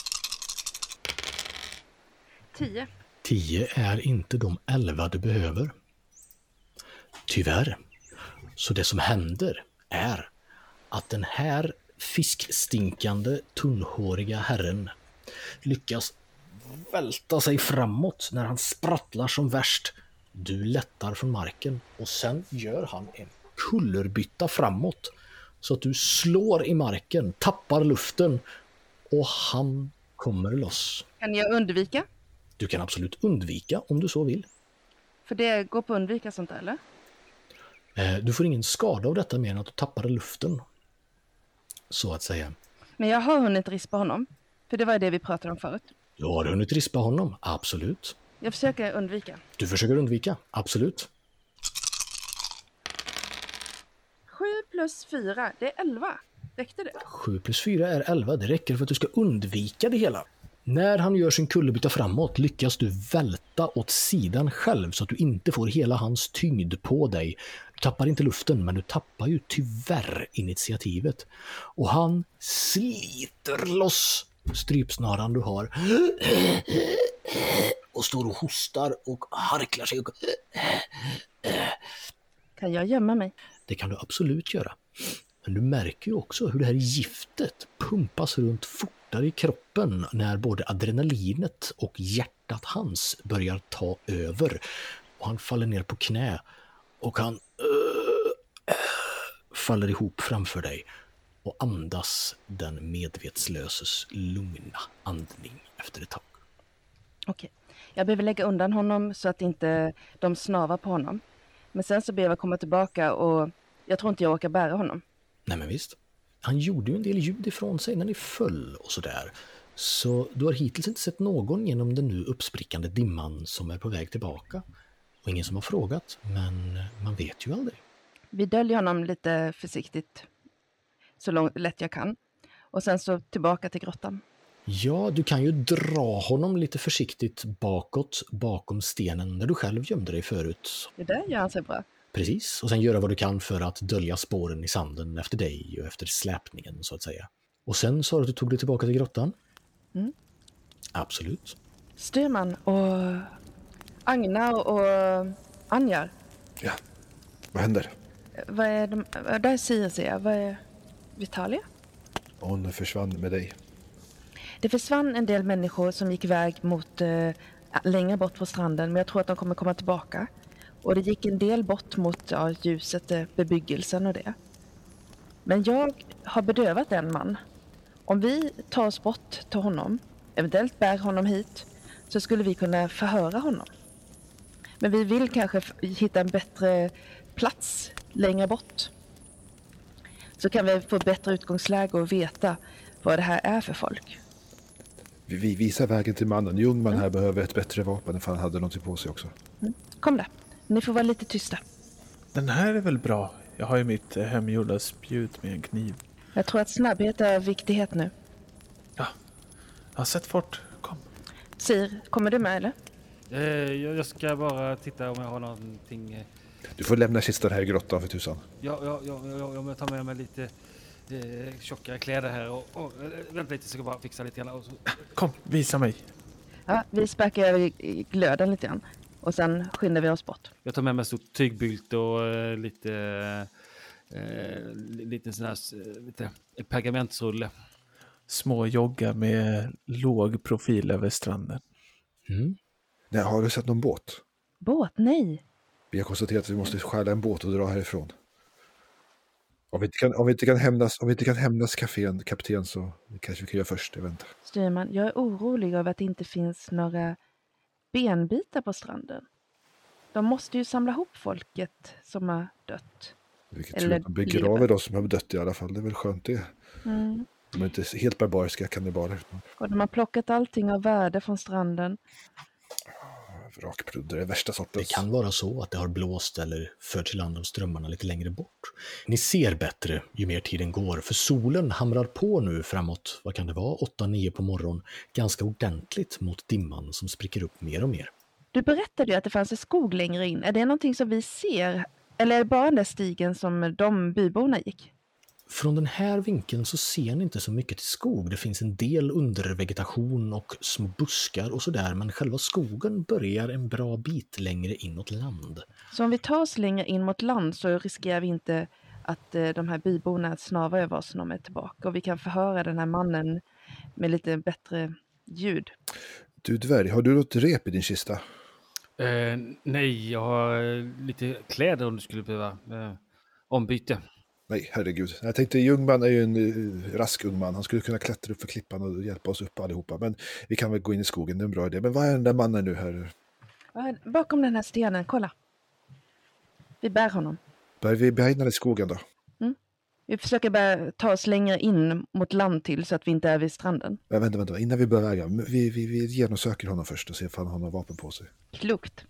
10. 10 är inte de 11 du behöver. Tyvärr. Så det som händer är att den här fiskstinkande, tunnhåriga herren lyckas välta sig framåt när han sprattlar som värst. Du lättar från marken och sen gör han en kullerbytta framåt så att du slår i marken, tappar luften och han kommer loss. Kan jag undvika? Du kan absolut undvika om du så vill. För det går på att undvika sånt där, eller? Du får ingen skada av detta mer än att du tappar luften. Så att säga. Men jag har hunnit rispa honom. För det var det vi pratade om förut. Du har hunnit rispa honom, absolut. Jag försöker undvika. Du försöker undvika, absolut. 7 plus 4, det är 11. Räckte det? 7 plus 4 är 11, det räcker för att du ska undvika det hela. När han gör sin kullerbytta framåt lyckas du välta åt sidan själv så att du inte får hela hans tyngd på dig. Du tappar inte luften, men du tappar ju tyvärr initiativet. Och han sliter loss strypsnaran du har och står och hostar och harklar sig. Kan jag gömma mig? Det kan du absolut göra. Men du märker ju också hur det här giftet pumpas runt fortare i kroppen när både adrenalinet och hjärtat hans börjar ta över. Och han faller ner på knä och han faller ihop framför dig och andas den medvetslöses lugna andning efter ett tag. Okej. Jag behöver lägga undan honom så att inte de snavar på honom. Men sen så behöver jag komma tillbaka och jag tror inte jag orkar bära honom. Nej, men visst. Han gjorde ju en del ljud ifrån sig när ni föll och sådär. Så du har hittills inte sett någon genom den nu uppsprickande dimman som är på väg tillbaka. Och ingen som har frågat, men man vet ju aldrig. Vi döljer honom lite försiktigt så lätt jag kan. Och sen så tillbaka till grottan. Ja, du kan ju dra honom lite försiktigt bakåt bakom stenen där du själv gömde dig förut. Det där gör han sig bra. Precis, och sen göra vad du kan för att dölja spåren i sanden efter dig och efter släpningen så att säga. Och sen sa du att du tog dig tillbaka till grottan? Mm. Absolut. Styrman och Agna och Anjar. Ja, vad händer? Vad är de? Där ser jag. Vad är Vitalia? Hon försvann med dig. Det försvann en del människor som gick iväg mot längre bort på stranden, men jag tror att de kommer komma tillbaka. Och det gick en del bort mot ljuset, bebyggelsen och det. Men jag har bedövat en man. Om vi tar oss bort till honom, eventuellt bär honom hit, så skulle vi kunna förhöra honom. Men vi vill kanske hitta en bättre plats längre bort. Så kan vi få bättre utgångsläge och veta vad det här är för folk. Vi visar vägen till mannen. Ljungman här behöver ett bättre vapen än han hade någonting på sig också. Kom där. Ni får vara lite tysta. Den här är väl bra? Jag har ju mitt hemgjorda spjut med en kniv. Jag tror att snabbhet är viktighet nu. Ja, sätt fort. Kom. Sir, kommer du med eller? Jag ska bara titta om jag har någonting. Du får lämna kistan här i grottan för tusan. Jag tar med mig lite tjockare kläder här och vänta lite så ska jag bara fixa lite grann. Och så. Kom, visa mig. Ja, vi sparkar över glöden lite grann. Och sen skyndar vi oss bort. Jag tar med mig stort tygbylt och lite sån här lite pergamentsrulle. Små joggar med låg profil över stranden. Nej, har du sett någon båt? Båt? Nej. Vi har konstaterat att vi måste stjäla en båt och dra härifrån. Om vi inte kan hämnas kapten så kanske vi kan göra först, jag väntar. Styrman, jag är orolig över att det inte finns några benbitar på stranden. De måste ju samla ihop folket som har dött. Vilket tur att de begraver de som har dött i alla fall, det är väl skönt det. De är inte helt barbariska kannibaler. Och de har plockat allting av värde från stranden. Vrakprodder är värsta sortens. Det kan vara så att det har blåst eller fört till land av strömmarna lite längre bort. Ni ser bättre ju mer tiden går, för solen hamrar på nu framåt, vad kan det vara, 8-9 på morgon, ganska ordentligt mot dimman som spricker upp mer och mer. Du berättade ju att det fanns en skog längre in. Är det någonting som vi ser? Eller är det bara den där stigen som de byborna gick? Från den här vinkeln så ser ni inte så mycket till skog. Det finns en del undervegetation och små buskar och sådär, men själva skogen börjar en bra bit längre inåt land. Så om vi tar oss längre in mot land så riskerar vi inte att de här byborna snavar över oss när de är tillbaka. Och vi kan förhöra den här mannen med lite bättre ljud. Du dvärg, har du något rep i din kista? Nej, jag har lite kläder om du skulle behöva ombyte. Nej, herregud. Jag tänkte Ljungman är ju en rask ung man. Han skulle kunna klättra upp för klippan och hjälpa oss upp allihopa. Men vi kan väl gå in i skogen, det är en bra idé. Men vad är den där mannen nu här? Bakom den här stenen, kolla. Vi bär honom. Bär vi behind i skogen då? Vi försöker bara ta oss längre in mot land till så att vi inte är vid stranden. Vänta. Innan vi börjar väga. Vi genomsöker honom först och ser om han har någon vapen på sig. Klokt.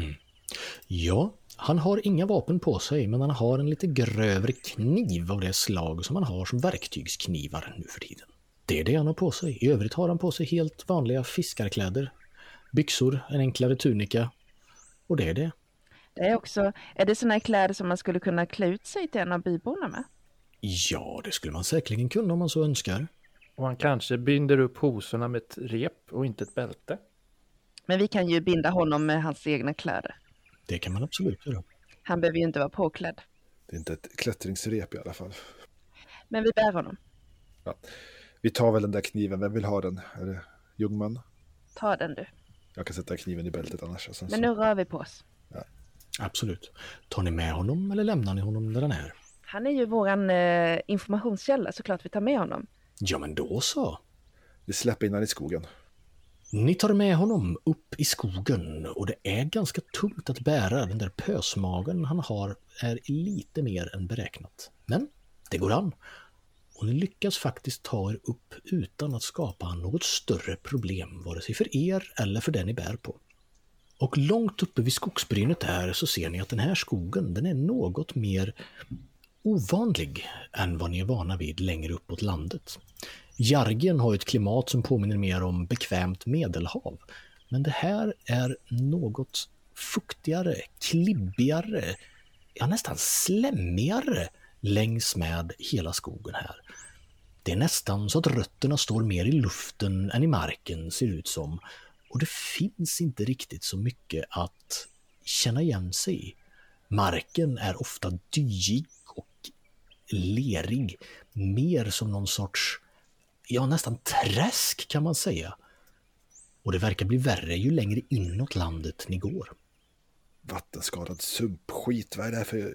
Ja, han har inga vapen på sig, men han har en lite grövre kniv av det slag som han har som verktygsknivar nu för tiden. Det är det han har på sig. I övrigt har han på sig helt vanliga fiskarkläder. Byxor, en enklare tunika. Och det är det. Är det såna här kläder som man skulle kunna klä ut sig till en av byborna med? Ja, det skulle man säkerligen kunna om man så önskar. Och han kanske binder upp hosorna med ett rep och inte ett bälte. Men vi kan ju binda honom med hans egna kläder. Det kan man absolut göra. Han behöver ju inte vara påklädd. Det är inte ett klättringsrep i alla fall. Men vi bär honom. Ja. Vi tar väl den där kniven. Vem vill ha den? Är det Ljungman? Ta den du. Jag kan sätta kniven i bältet annars. Och sen Men nu rör vi på oss. Ja. Absolut. Tar ni med honom eller lämnar ni honom där han är? Han är ju våran informationskälla, såklart vi tar med honom. Ja, men då så. Vi släpper in han i skogen. Ni tar med honom upp i skogen och det är ganska tungt att bära. Den där pösmagen han har är lite mer än beräknat. Men det går an. Och ni lyckas faktiskt ta er upp utan att skapa något större problem, vare sig för er eller för den ni bär på. Och långt uppe vid skogsbrynet där så ser ni att den här skogen, den är något mer ovanlig än vad ni är vana vid längre uppåt landet. Jargen har ett klimat som påminner mer om bekvämt medelhav. Men det här är något fuktigare, klibbigare, ja nästan slämmigare längs med hela skogen här. Det är nästan så att rötterna står mer i luften än i marken, ser ut som. Och det finns inte riktigt så mycket att känna igen sig i. Marken är ofta dyig och lerig, mer som någon sorts, nästan träsk kan man säga. Och det verkar bli värre ju längre inåt landet ni går. Vattenskadad sumpskit, vad är det här för...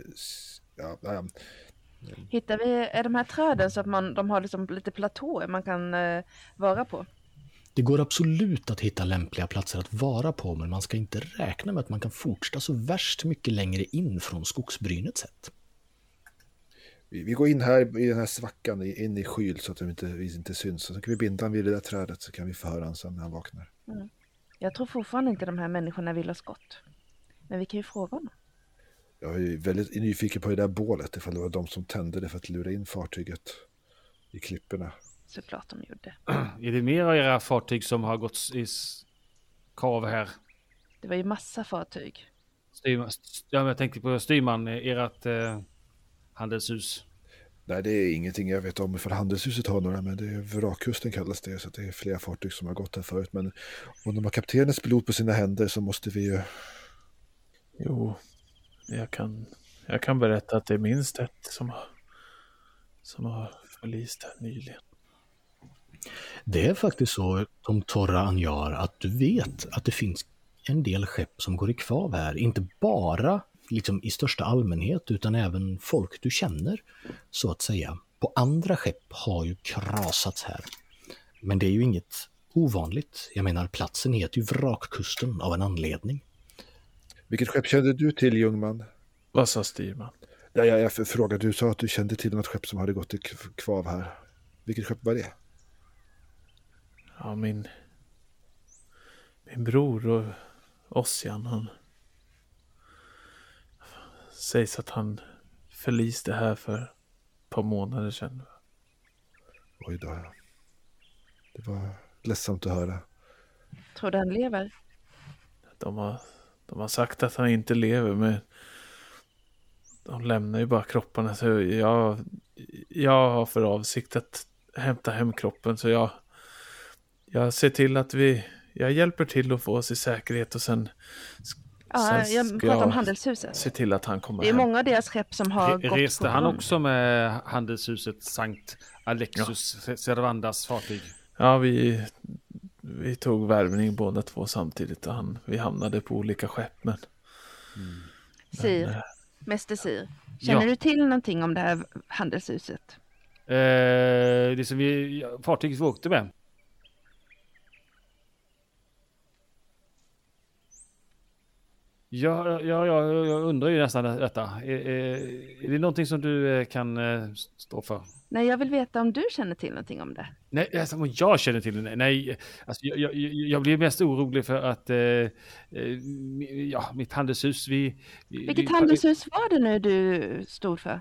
Hittar vi, är de här träden så att de har liksom lite platåer man kan vara på? Det går absolut att hitta lämpliga platser att vara på, men man ska inte räkna med att man kan fortsätta så värst mycket längre in från skogsbrynet sett. Vi går in här i den här svackan, in i skyl så att vi inte syns. Så kan vi binda han vid det där trädet så kan vi få höra han sen när han vaknar. Mm. Jag tror fortfarande inte de här människorna vill ha skott. Men vi kan ju fråga honom. Jag är väldigt nyfiken på det där bålet, ifall det var de som tände det för att lura in fartyget i klipporna. Såklart de gjorde. Är det mer av era fartyg som har gått i kav här? Det var ju massa fartyg. Styrman, jag tänkte på styrman, ert handelshus. Nej, det är ingenting jag vet om ifall handelshuset har några, men det är Vrakkusten kallas det, så det är flera fartyg som har gått här förut. Men om de har kaptenens blod på sina händer så måste vi ju... Jo, jag kan berätta att det är minst ett som har förlist här nyligen. Det är faktiskt så, Tom Torra Anjar, att du vet att det finns en del skepp som går i kvav här. Inte bara liksom i största allmänhet utan även folk du känner, så att säga. På andra skepp har ju krasats här. Men det är ju inget ovanligt. Jag menar, platsen heter ju Vrakkusten av en anledning. Vilket skepp kände du till, Ljungman? Vad sa styrman? Jag frågade, du sa att du kände till något skepp som hade gått i kvav här. Vilket skepp var det? Ja, min bror och Ossian, han sägs att han förliste här för ett par månader sedan. Oj då. Det var ledsamt att höra. Tror du han lever? De har sagt att han inte lever, men de lämnar ju bara kropparna, så jag har för avsikt att hämta hem kroppen, så jag ser till att jag hjälper till att få oss i säkerhet och sen jag pratar om handelshuset. Se till att han kommer hem. Det är hem. många av deras skepp som har gått Reste på han grund. också med handelshuset Sankt Alexus Servandas fartyg? Ja, vi tog värvning båda två samtidigt och vi hamnade på olika skepp. Men Mäster Sir, känner du till någonting om det här handelshuset? Det som fartyget vi åkte med. Ja, jag undrar ju nästan detta. Är det någonting som du kan stå för? Nej, jag vill veta om du känner till någonting om det. Nej, alltså, om jag känner till det. Nej, alltså, jag blir mest orolig för att mitt handelshus... Vilket handelshus var det nu du stod för?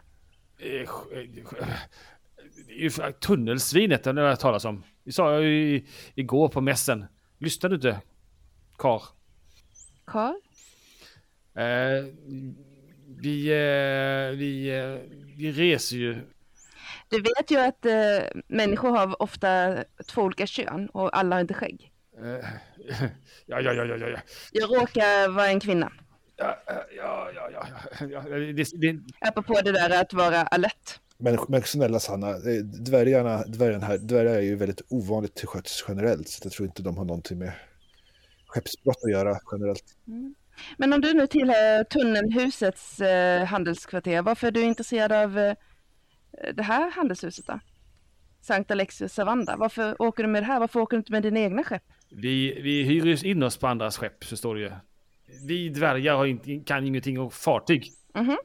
Tunnelsvinet, det har jag talat om. Vi sa ju igår på mässen. Lyssnade du inte, Karl? Karl? Vi reser ju. Du vet ju att människor har ofta två olika kön och alla har inte skägg. Ja. Jag råkar vara en kvinna. Ja. Apropå det där att vara alert. Men snälla Sanna, dvärgar är ju väldigt ovanligt till sköts generellt, så jag tror inte de har någonting med skeppsbrott att göra generellt. Mm. Men om du nu tillhör Tunnelhusets handelskvarter, varför är du intresserad av det här handelshuset då? Sankt Alexus Servanda. Varför åker du med det här? Varför åker du inte med dina egna skepp? Vi hyr ju in oss på andras skepp, förstår du ju. Vi dvärgar kan ingenting om fartyg. Mm-hmm.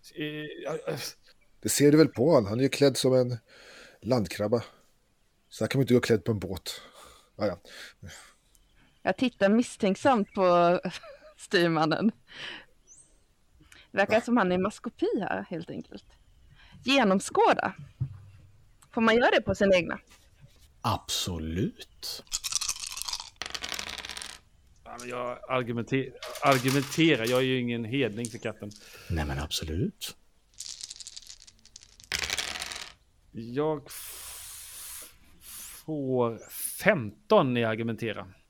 Det ser du väl på han? Han är ju klädd som en landkrabba. Så här kan man inte gå klädd på en båt. Ja. Jag tittar misstänksamt på styrmannen. Det verkar som han är maskopi här, helt enkelt. Genomskåda. Får man göra det på sin egna? Absolut. Jag argumenterar. Jag är ju ingen hedning för katten. Nej, men absolut. Jag får 15 i argumentera.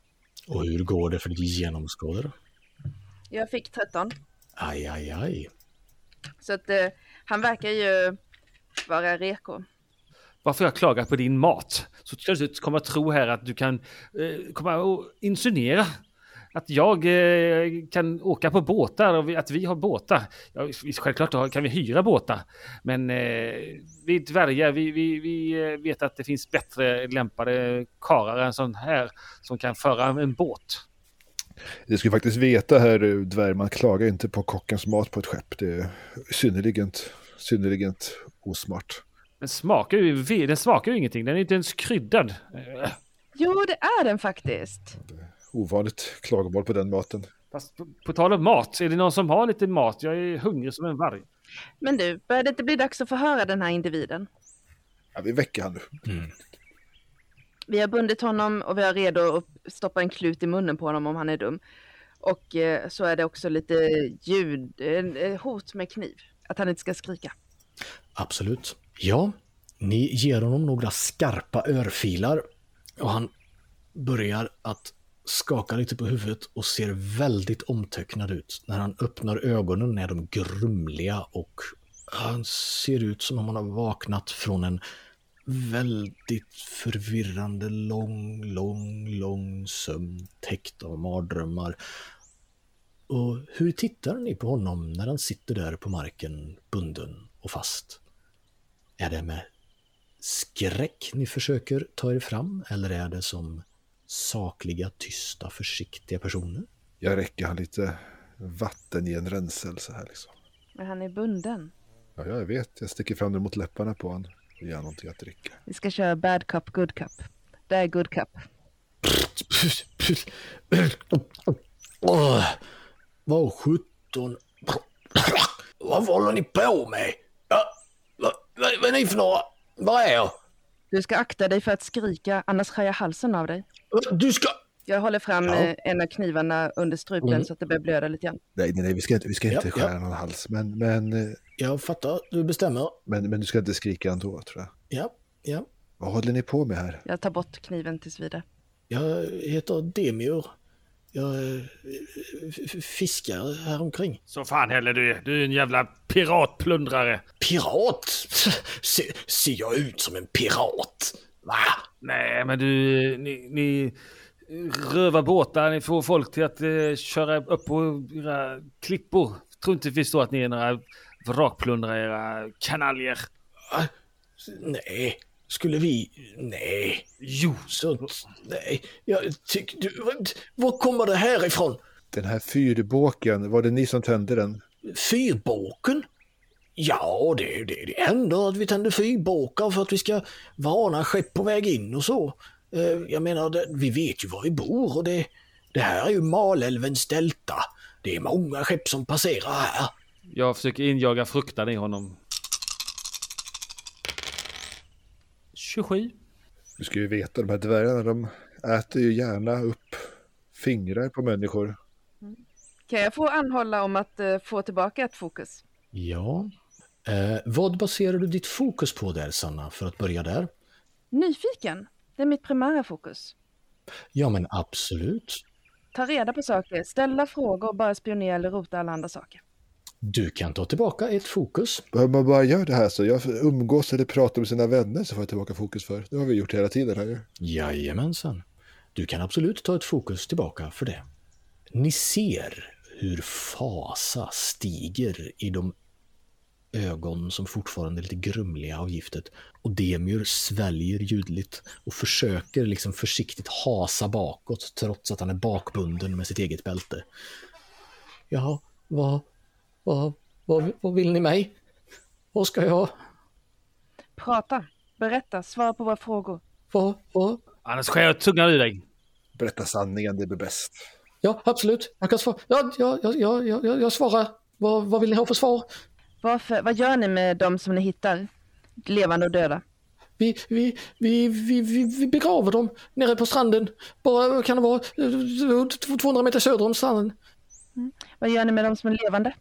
Och hur går det för ditt genomskådare? Jag fick 13. Aj. Så att han verkar ju vara reko. Varför jag klagar på din mat? Så plötsligt kommer jag tro här att du kan komma att insinuera att jag kan åka på båtar och att vi har båtar. Ja, självklart kan vi hyra båtar. Men vi dvärgar, vi vet att det finns bättre lämpade karlar än sån här som kan föra en båt. Det ska faktiskt veta här, dvärg, man klagar inte på kockens mat på ett skepp. Det är synnerligen osmart. Den smakar ju ingenting, den är inte ens kryddad. Jo, det är den faktiskt. Ovanligt klagomål på den maten. Fast på tal om mat, är det någon som har lite mat? Jag är hungrig som en varg. Men du, börjar det inte bli dags att förhöra den här individen? Ja, vi väcker han nu. Vi har bundit honom och vi är redo att stoppa en klut i munnen på honom om han är dum. Och så är det också lite hot med kniv. Att han inte ska skrika. Absolut. Ja, ni ger honom några skarpa örfilar och han börjar att skaka lite på huvudet och ser väldigt omtöcknad ut. När han öppnar ögonen är de grumliga och han ser ut som om han har vaknat från en väldigt förvirrande lång sömn täckt av mardrömmar. Och hur tittar ni på honom när han sitter där på marken bunden och fast? Är det med skräck ni försöker ta er fram eller är det som sakliga, tysta, försiktiga personer? Jag räcker han lite vatten i en ränselse här liksom. Men han är bunden. Ja, jag vet. Jag sticker fram den mot läpparna på honom och ger någonting att dricka. Vi ska köra bad cup, good cup. Det är good cup. Vad 17? Vad håller ni på med? Vad är ni för några? Vad är jag? Du ska akta dig för att skrika, annars skär jag halsen av dig. Du ska... Jag håller fram en av knivarna under strupen så att det börjar blöda lite grann. Nej, vi ska inte skära någon hals. Men... Jag fattar, du bestämmer. Men du ska inte skrika ändå, tror jag. Ja. Vad håller ni på med här? Jag tar bort kniven tills vidare. Jag heter Demir. Jag fiskar här omkring. Så fan heller du är en jävla piratplundrare. Pirat? Ser jag ut som en pirat? Va? Nej, men ni rövar båtar, ni får folk till att köra upp på era klippor. Tror inte vi förstår att ni är några vrakplundrare, era kanaljer. Nej, skulle vi... Nej. Jo. Så... Nej, jag tycker... Var kommer det här ifrån? Den här fyrbåken, var det ni som tände den? Fyrbåken? Ja, det händer att vi tänder fyrbåkar för att vi ska varna skepp på väg in och så. Jag menar, vi vet ju var vi bor och det här är ju Malälvens delta. Det är många skepp som passerar här. Jag försöker injaga fruktan i honom. 27. Du ska ju veta, de här dvärgarna, de äter ju gärna upp fingrar på människor. Kan jag få anhålla om att få tillbaka ett fokus? Ja. Vad baserar du ditt fokus på där, Sanna, för att börja där? Nyfiken. Det är mitt primära fokus. Ja, men absolut. Ta reda på saker, ställa frågor, bara spionera eller rota alla andra saker. Du kan ta tillbaka ett fokus. Behöver man bara göra det här så jag umgås eller pratar med sina vänner så får jag tillbaka fokus för. Det har vi gjort hela tiden här ju. Jajamensan. Du kan absolut ta ett fokus tillbaka för det. Ni ser hur fasa stiger i de ögon som fortfarande är lite grumliga av giftet. Och Demir sväljer ljudligt och försöker liksom försiktigt hasa bakåt trots att han är bakbunden med sitt eget bälte. Ja, vad vill ni mig? Vad ska jag? Prata, berätta, svara på våra frågor. Vad? Annars skär jag tungan ur dig. Berätta sanningen, det blir bäst. Ja, absolut. Jag kan svara. Jag svarar. Vad vill ni ha för svar? Vad gör ni med de som ni hittar? Levande och döda? Vi begraver dem nere på stranden. Bara kan det vara 200 meter söder om stranden. Vad gör ni med de som är levande?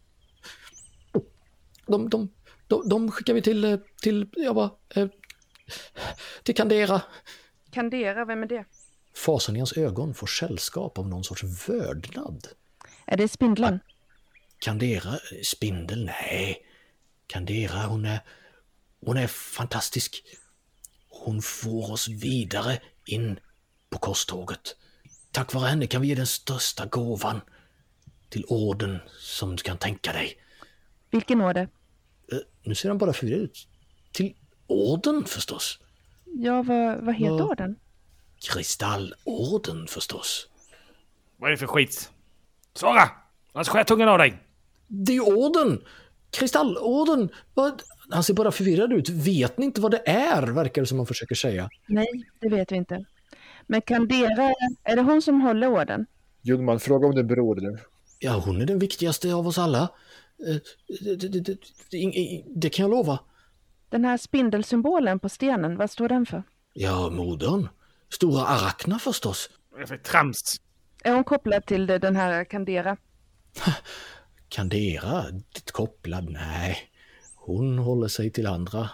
De skickar vi till Kandera. Kandera, vem är det? Fasen i hans ögon får sällskap av någon sorts vördnad. Är det spindeln? Candera, spindel, nej. Candera, hon är fantastisk. Hon får oss vidare in på korståget. Tack vare henne kan vi ge den största gåvan till orden som du kan tänka dig. Vilken order? Nu ser han bara förvirrad ut. Till orden förstås. Ja, vad heter orden? Kristallorden förstås. Vad är det för skit? Svara! Annars skär jag tungan av dig. Det är ju orden! Kristallorden! Vad? Han ser bara förvirrad ut. Vet ni inte vad det är? Verkar det som man försöker säga. Nej, det vet vi inte. Men Candera, är det hon som håller orden? Ljungman, fråga om den broder. Ja, hon är den viktigaste av oss alla. Det kan jag lova. Den här spindelsymbolen på stenen, vad står den för? Ja, modern. Stora Arachna förstås. Vad är det för trams? Är hon kopplad till den här Candera? Candera? Kopplad? Nej. Hon håller sig till andra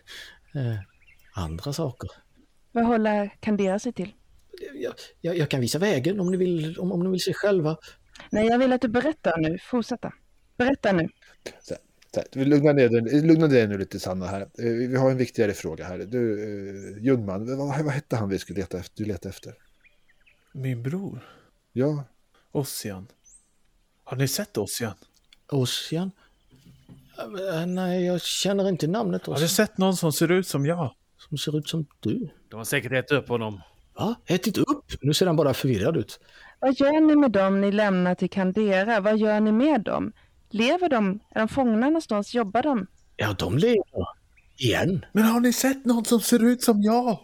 saker. Vad håller Candera sig till? Jag kan visa vägen om ni vill se själva. Nej, jag vill att du berättar nu. Fortsätta. Berätta nu. Lugna ner dig nu lite, Sanna här. Vi har en viktigare fråga här. Du, Ljungman, vad hette han vi skulle leta efter? Min bror? Ja. Ossian. Har ni sett Ossian? Ossian? Nej, jag känner inte namnet Ossian. Har du sett någon som ser ut som jag? Som ser ut som du? De har säkert ätit upp honom. Va? Ätit upp? Nu ser han bara förvirrad ut. Vad gör ni med dem ni lämnar till Candera? Vad gör ni med dem? Lever de? Är de fångna någonstans? Jobbar de? Ja, de lever. Igen. Men har ni sett någon som ser ut som jag?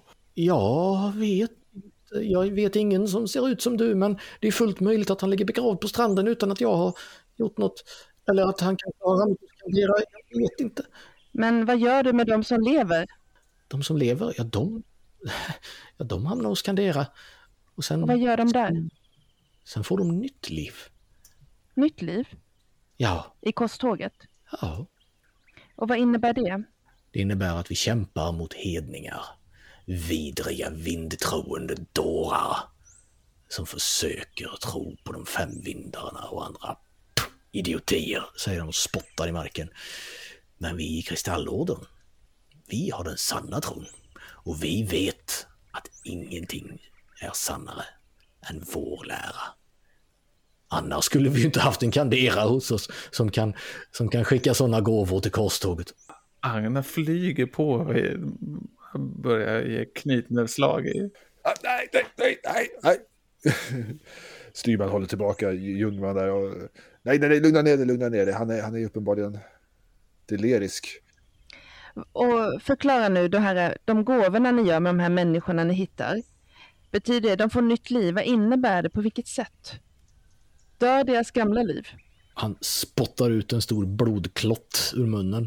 Jag vet ingen som ser ut som du, men det är fullt möjligt att han ligger begravd på stranden utan att jag har gjort något. Eller att han kan vara Candera, jag vet inte. Men vad gör du med de som lever? De som lever, de hamnar hos Candera. Och vad gör de där? Sen får de nytt liv. Nytt liv? Ja. I korståget? Ja. Och vad innebär det? Det innebär att vi kämpar mot hedningar. Vidriga vindtroende dårar som försöker tro på de 5 vindarna och andra idiotier, säger de och spottar i marken. Men vi i Kristallorden, vi har den sanna tron. Och vi vet att ingenting är sannare än vår lära. Annars skulle vi ju inte haft en Candera hos oss som kan skicka sådana gåvor till korståget. Agna flyger på. Börjar ge knytnävslag i. Nej. Styrman håller tillbaka Ljungman där. Och... Nej, lugna ner dig. Han är uppenbarligen delirisk. Och förklara nu de gåvorna ni gör med de här människorna ni hittar. Betyder det de får nytt liv? Vad innebär det? På vilket sätt? Dör deras gamla liv? Han spottar ut en stor blodklott ur munnen.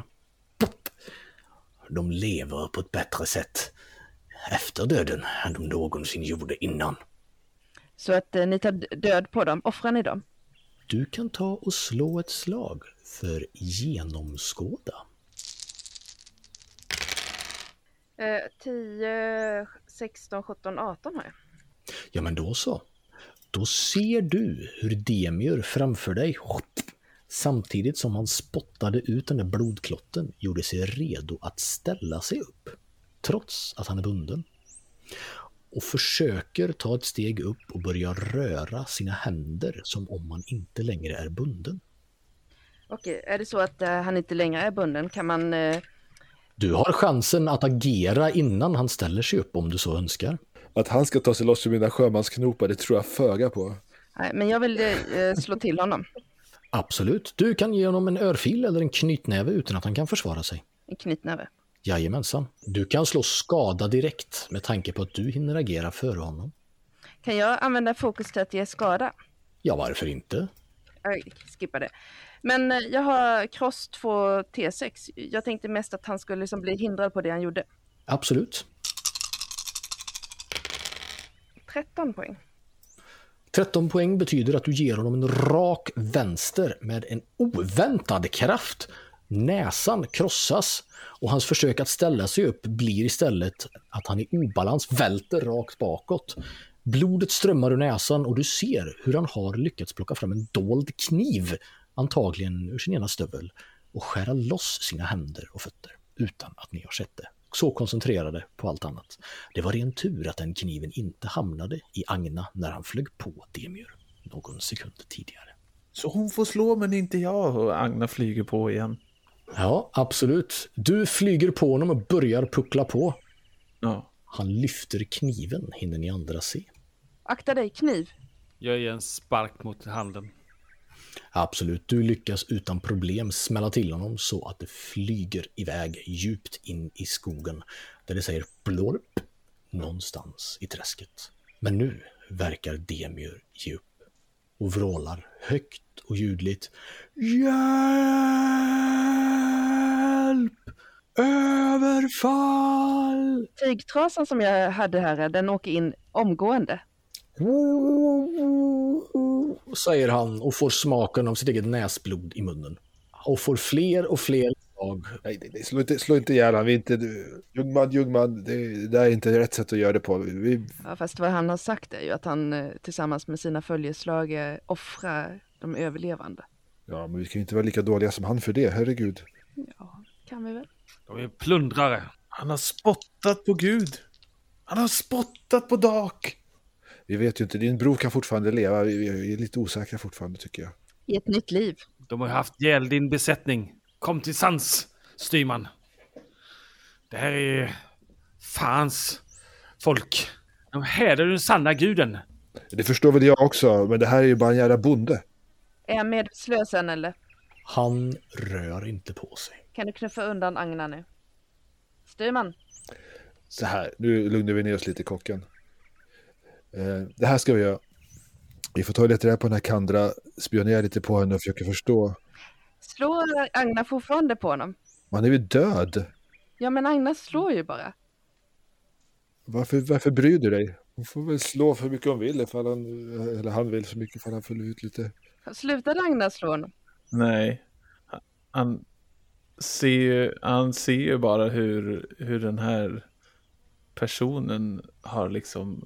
De lever på ett bättre sätt efter döden än de någonsin gjorde innan. Så att ni tar död på dem? Offrar ni dem? Du kan ta och slå ett slag för genomskåda. 10, 16, 17, 18 har jag. Ja, men då så. Då ser du hur Demir framför dig, samtidigt som han spottade ut den där blodklotten, gjorde sig redo att ställa sig upp, trots att han är bunden. Och försöker ta ett steg upp och börja röra sina händer som om han inte längre är bunden. Okej, är det så att han inte längre är bunden? Kan man... Du har chansen att agera innan han ställer sig upp om du så önskar. Att han ska ta sig loss ur mina sjömansknopar, det tror jag föga på. Nej, men jag vill slå till honom. Absolut. Du kan ge honom en örfil eller en knytnäve utan att han kan försvara sig. En knytnäve? Jajamensan. Du kan slå skada direkt med tanke på att du hinner agera före honom. Kan jag använda fokus till att ge skada? Ja, varför inte? Jag skippar det. Men jag har cross 2 T6. Jag tänkte mest att han skulle liksom bli hindrad på det han gjorde. Absolut. 13 poäng. 13 poäng betyder att du ger honom en rak vänster med en oväntad kraft. Näsan krossas och hans försök att ställa sig upp blir istället att han i obalans välter rakt bakåt. Blodet strömmar ur näsan och du ser hur han har lyckats plocka fram en dold kniv, antagligen ur sin ena stövel, och skära loss sina händer och fötter utan att ni har sett det. Så koncentrerade på allt annat. Det var ren tur att den kniven inte hamnade i Agna när han flög på Demir någon sekund tidigare. Så hon får slå men inte jag, och Agna flyger på igen. Ja, absolut. Du flyger på honom och börjar puckla på. Ja. Han lyfter kniven, hinner ni andra se. Akta dig, kniv. Jag ger en spark mot handen. Absolut, du lyckas utan problem smälla till honom så att det flyger iväg djupt in i skogen där det säger blårp någonstans i träsket. Men nu verkar Demir ge upp och vrålar högt och ljudligt: Hjälp! Överfall! Tygtrasan som jag hade här, den åker in omgående. Säger han och får smaken av sitt eget näsblod i munnen. Och får fler och fler slag. Nej, slå inte ihjäl han. Vi är inte... Jungman, det är inte rätt sätt att göra det på. Ja, fast vad han har sagt är ju att han tillsammans med sina följeslagare offrar de överlevande. Ja, men vi kan ju inte vara lika dåliga som han för det, herregud. Ja, kan vi väl. De är plundrare. Han har spottat på Gud. Han har spottat på Dak. Vi vet ju inte, din bror kan fortfarande leva. Vi är lite osäkra fortfarande, tycker jag. I ett nytt liv. De har haft ihjäl din besättning. Kom till sans, styrman. Det här är fans folk. De häder den sanna guden. Det förstår väl jag också, men det här är ju bara en jävla bonde. Är jag medslösen eller? Han rör inte på sig. Kan du knuffa undan Agna nu? Styrman. Så här, nu lugnar vi ner oss lite, kocken. Det här ska vi göra. Vi får ta lite där på den här Kandra, spionera lite på henne och försöka förstå. Slår Agna fortfarande på honom? Man är ju död. Ja, men Agna slår ju bara. Varför bryr du dig? Hon får väl slå för mycket hon vill, eller han vill så mycket ifall han följer ut lite. Slutade Agna slå honom? Nej. Han ser ju bara hur den här personen har liksom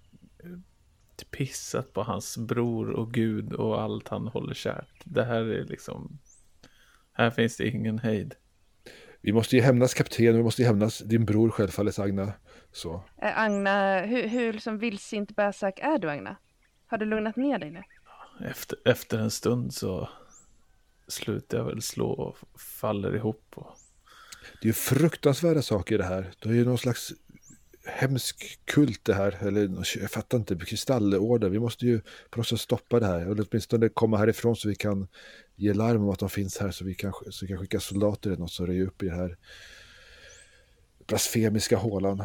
pissat på hans bror och Gud och allt han håller kärt. Det här är liksom... Här finns det ingen hejd. Vi måste ju hämnas kapten, vi måste ju hämnas din bror självfallet, Agna. Så. Agna, hur liksom vildsint bärsak är du, Agna? Har du lugnat ner dig nu? Efter en stund så slutar jag väl slå och faller ihop. Det är ju fruktansvärda saker i det här. Det är ju någon slags hemsk kult det här. Eller jag fattar inte, kristallorder. Vi måste ju på något sätt stoppa det här. Eller åtminstone komma härifrån så vi kan ge larm om att de finns här. Så vi kan skicka soldater eller något som röjer upp i det här blasfemiska hålan.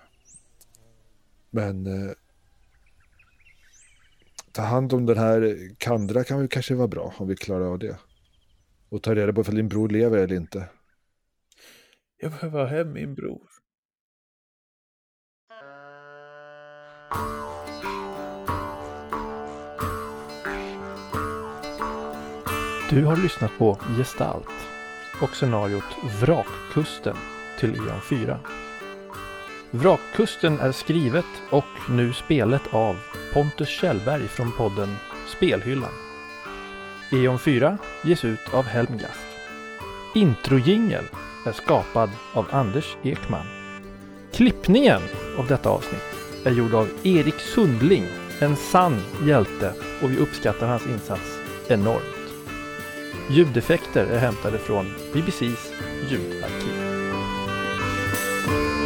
Men ta hand om den här Kandra kan vi kanske vara bra om vi klarar av det. Och ta reda på om din bror lever eller inte. Jag behöver ha hem min bror. Du har lyssnat på Gestalt och scenariot Vrakkusten till Eon 4. Vrakkusten är skrivet och nu spelet av Pontus Kjellberg från podden Spelhyllan. Eon 4 ges ut av Helmgast. Introjingel är skapad av Anders Ekman. Klippningen av detta avsnitt är gjord av Erik Sundling, en sann hjälte, och vi uppskattar hans insats enormt. Ljudeffekter är hämtade från BBC:s ljudarkiv.